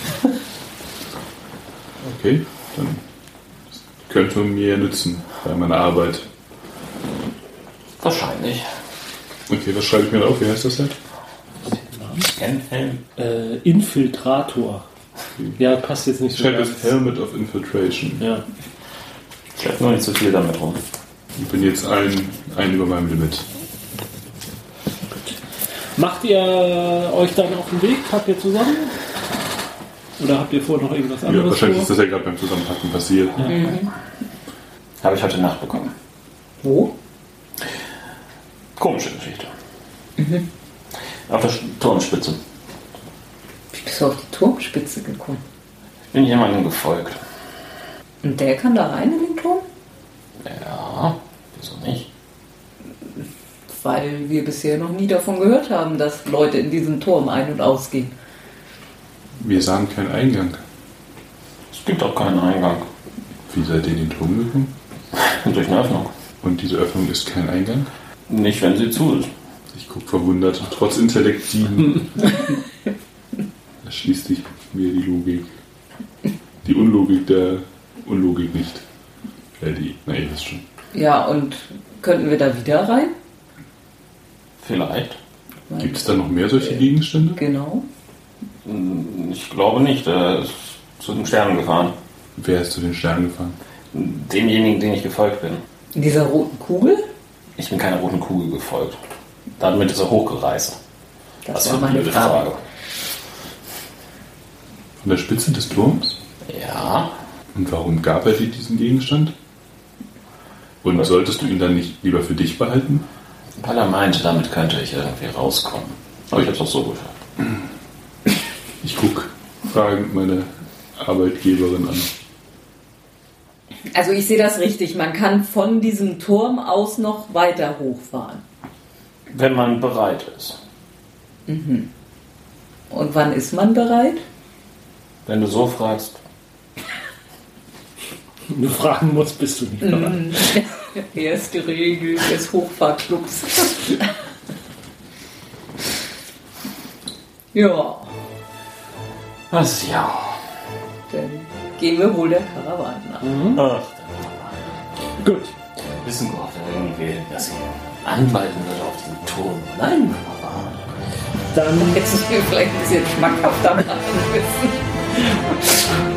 Okay, dann könnte mir nützen bei meiner Arbeit. Wahrscheinlich. Okay, was schreibe ich mir da auf? Wie heißt das halt? Scanhelm? Äh, Infiltrator. Ja, passt jetzt nicht so Schreibe ganz. das Helmet of Infiltration. Ja. Schlepp nur nicht zu viel damit rum. Ich bin jetzt ein, ein über meinem Limit. Macht ihr euch dann auf den Weg? Packt ihr zusammen? Oder habt ihr vor noch irgendwas Ja, anderes wahrscheinlich vor? ist das ja gerade beim Zusammenpacken passiert. Ja. Mhm. Habe ich heute Nacht bekommen. Wo? Komische Geschichte. Mhm. Auf der Turmspitze. Wie bist du auf die Turmspitze gekommen? Bin jemandem gefolgt. Und der kann da rein in den Turm? Ja, wieso nicht? Weil wir bisher noch nie davon gehört haben, dass Leute in diesen Turm ein- und ausgehen. Wir sahen keinen Eingang. Es gibt auch keinen Eingang. Wie seid ihr in den Turm gekommen? Durch eine Öffnung. Und diese Öffnung ist kein Eingang? Nicht, wenn sie zu ist. Ich gucke verwundert, trotz Intellekt sieben. Da schließt sich mir die Logik. Die Unlogik der Unlogik nicht. Äh, die, na, ihr wisst schon. Ja, und könnten wir da wieder rein? Vielleicht. Gibt es da noch mehr solche Gegenstände? Genau. Ich glaube nicht. Er ist zu den Sternen gefahren. Wer ist zu den Sternen gefahren? Demjenigen, den ich gefolgt bin. In dieser roten Kugel? Ich bin keiner roten Kugel gefolgt. Damit ist er hochgereist. Das Was war für eine meine blöde Frage. Frage. Von der Spitze des Turms? Ja. Und warum gab er dir diesen Gegenstand? Und Was? solltest du ihn dann nicht lieber für dich behalten? Weil er meinte, damit könnte ich irgendwie rauskommen. Aber ich habe es auch so geschafft. Ich gucke fragend meine Arbeitgeberin an. Also ich sehe das richtig. Man kann von diesem Turm aus noch weiter hochfahren. Wenn man bereit ist. Und wann ist man bereit? Wenn du so fragst. Wenn du fragen musst, bist du nicht bereit. Erste Regel des Hochfahrtclubs. Ja, Was ja. dann gehen wir wohl der Karawane nach. Ach, Gut. wissen wir auch irgendwie, dass sie anleiten würde auf diesen Turm. Nein, aber. Dann Hättest du es mir vielleicht ein bisschen schmackhafter machen müssen.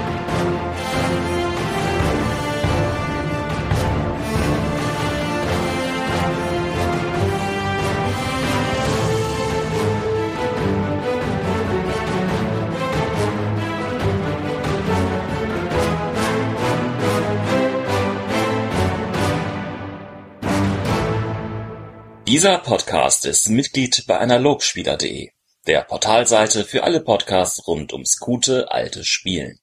Dieser Podcast ist Mitglied bei analogspieler punkt de, der Portalseite für alle Podcasts rund ums gute alte Spielen.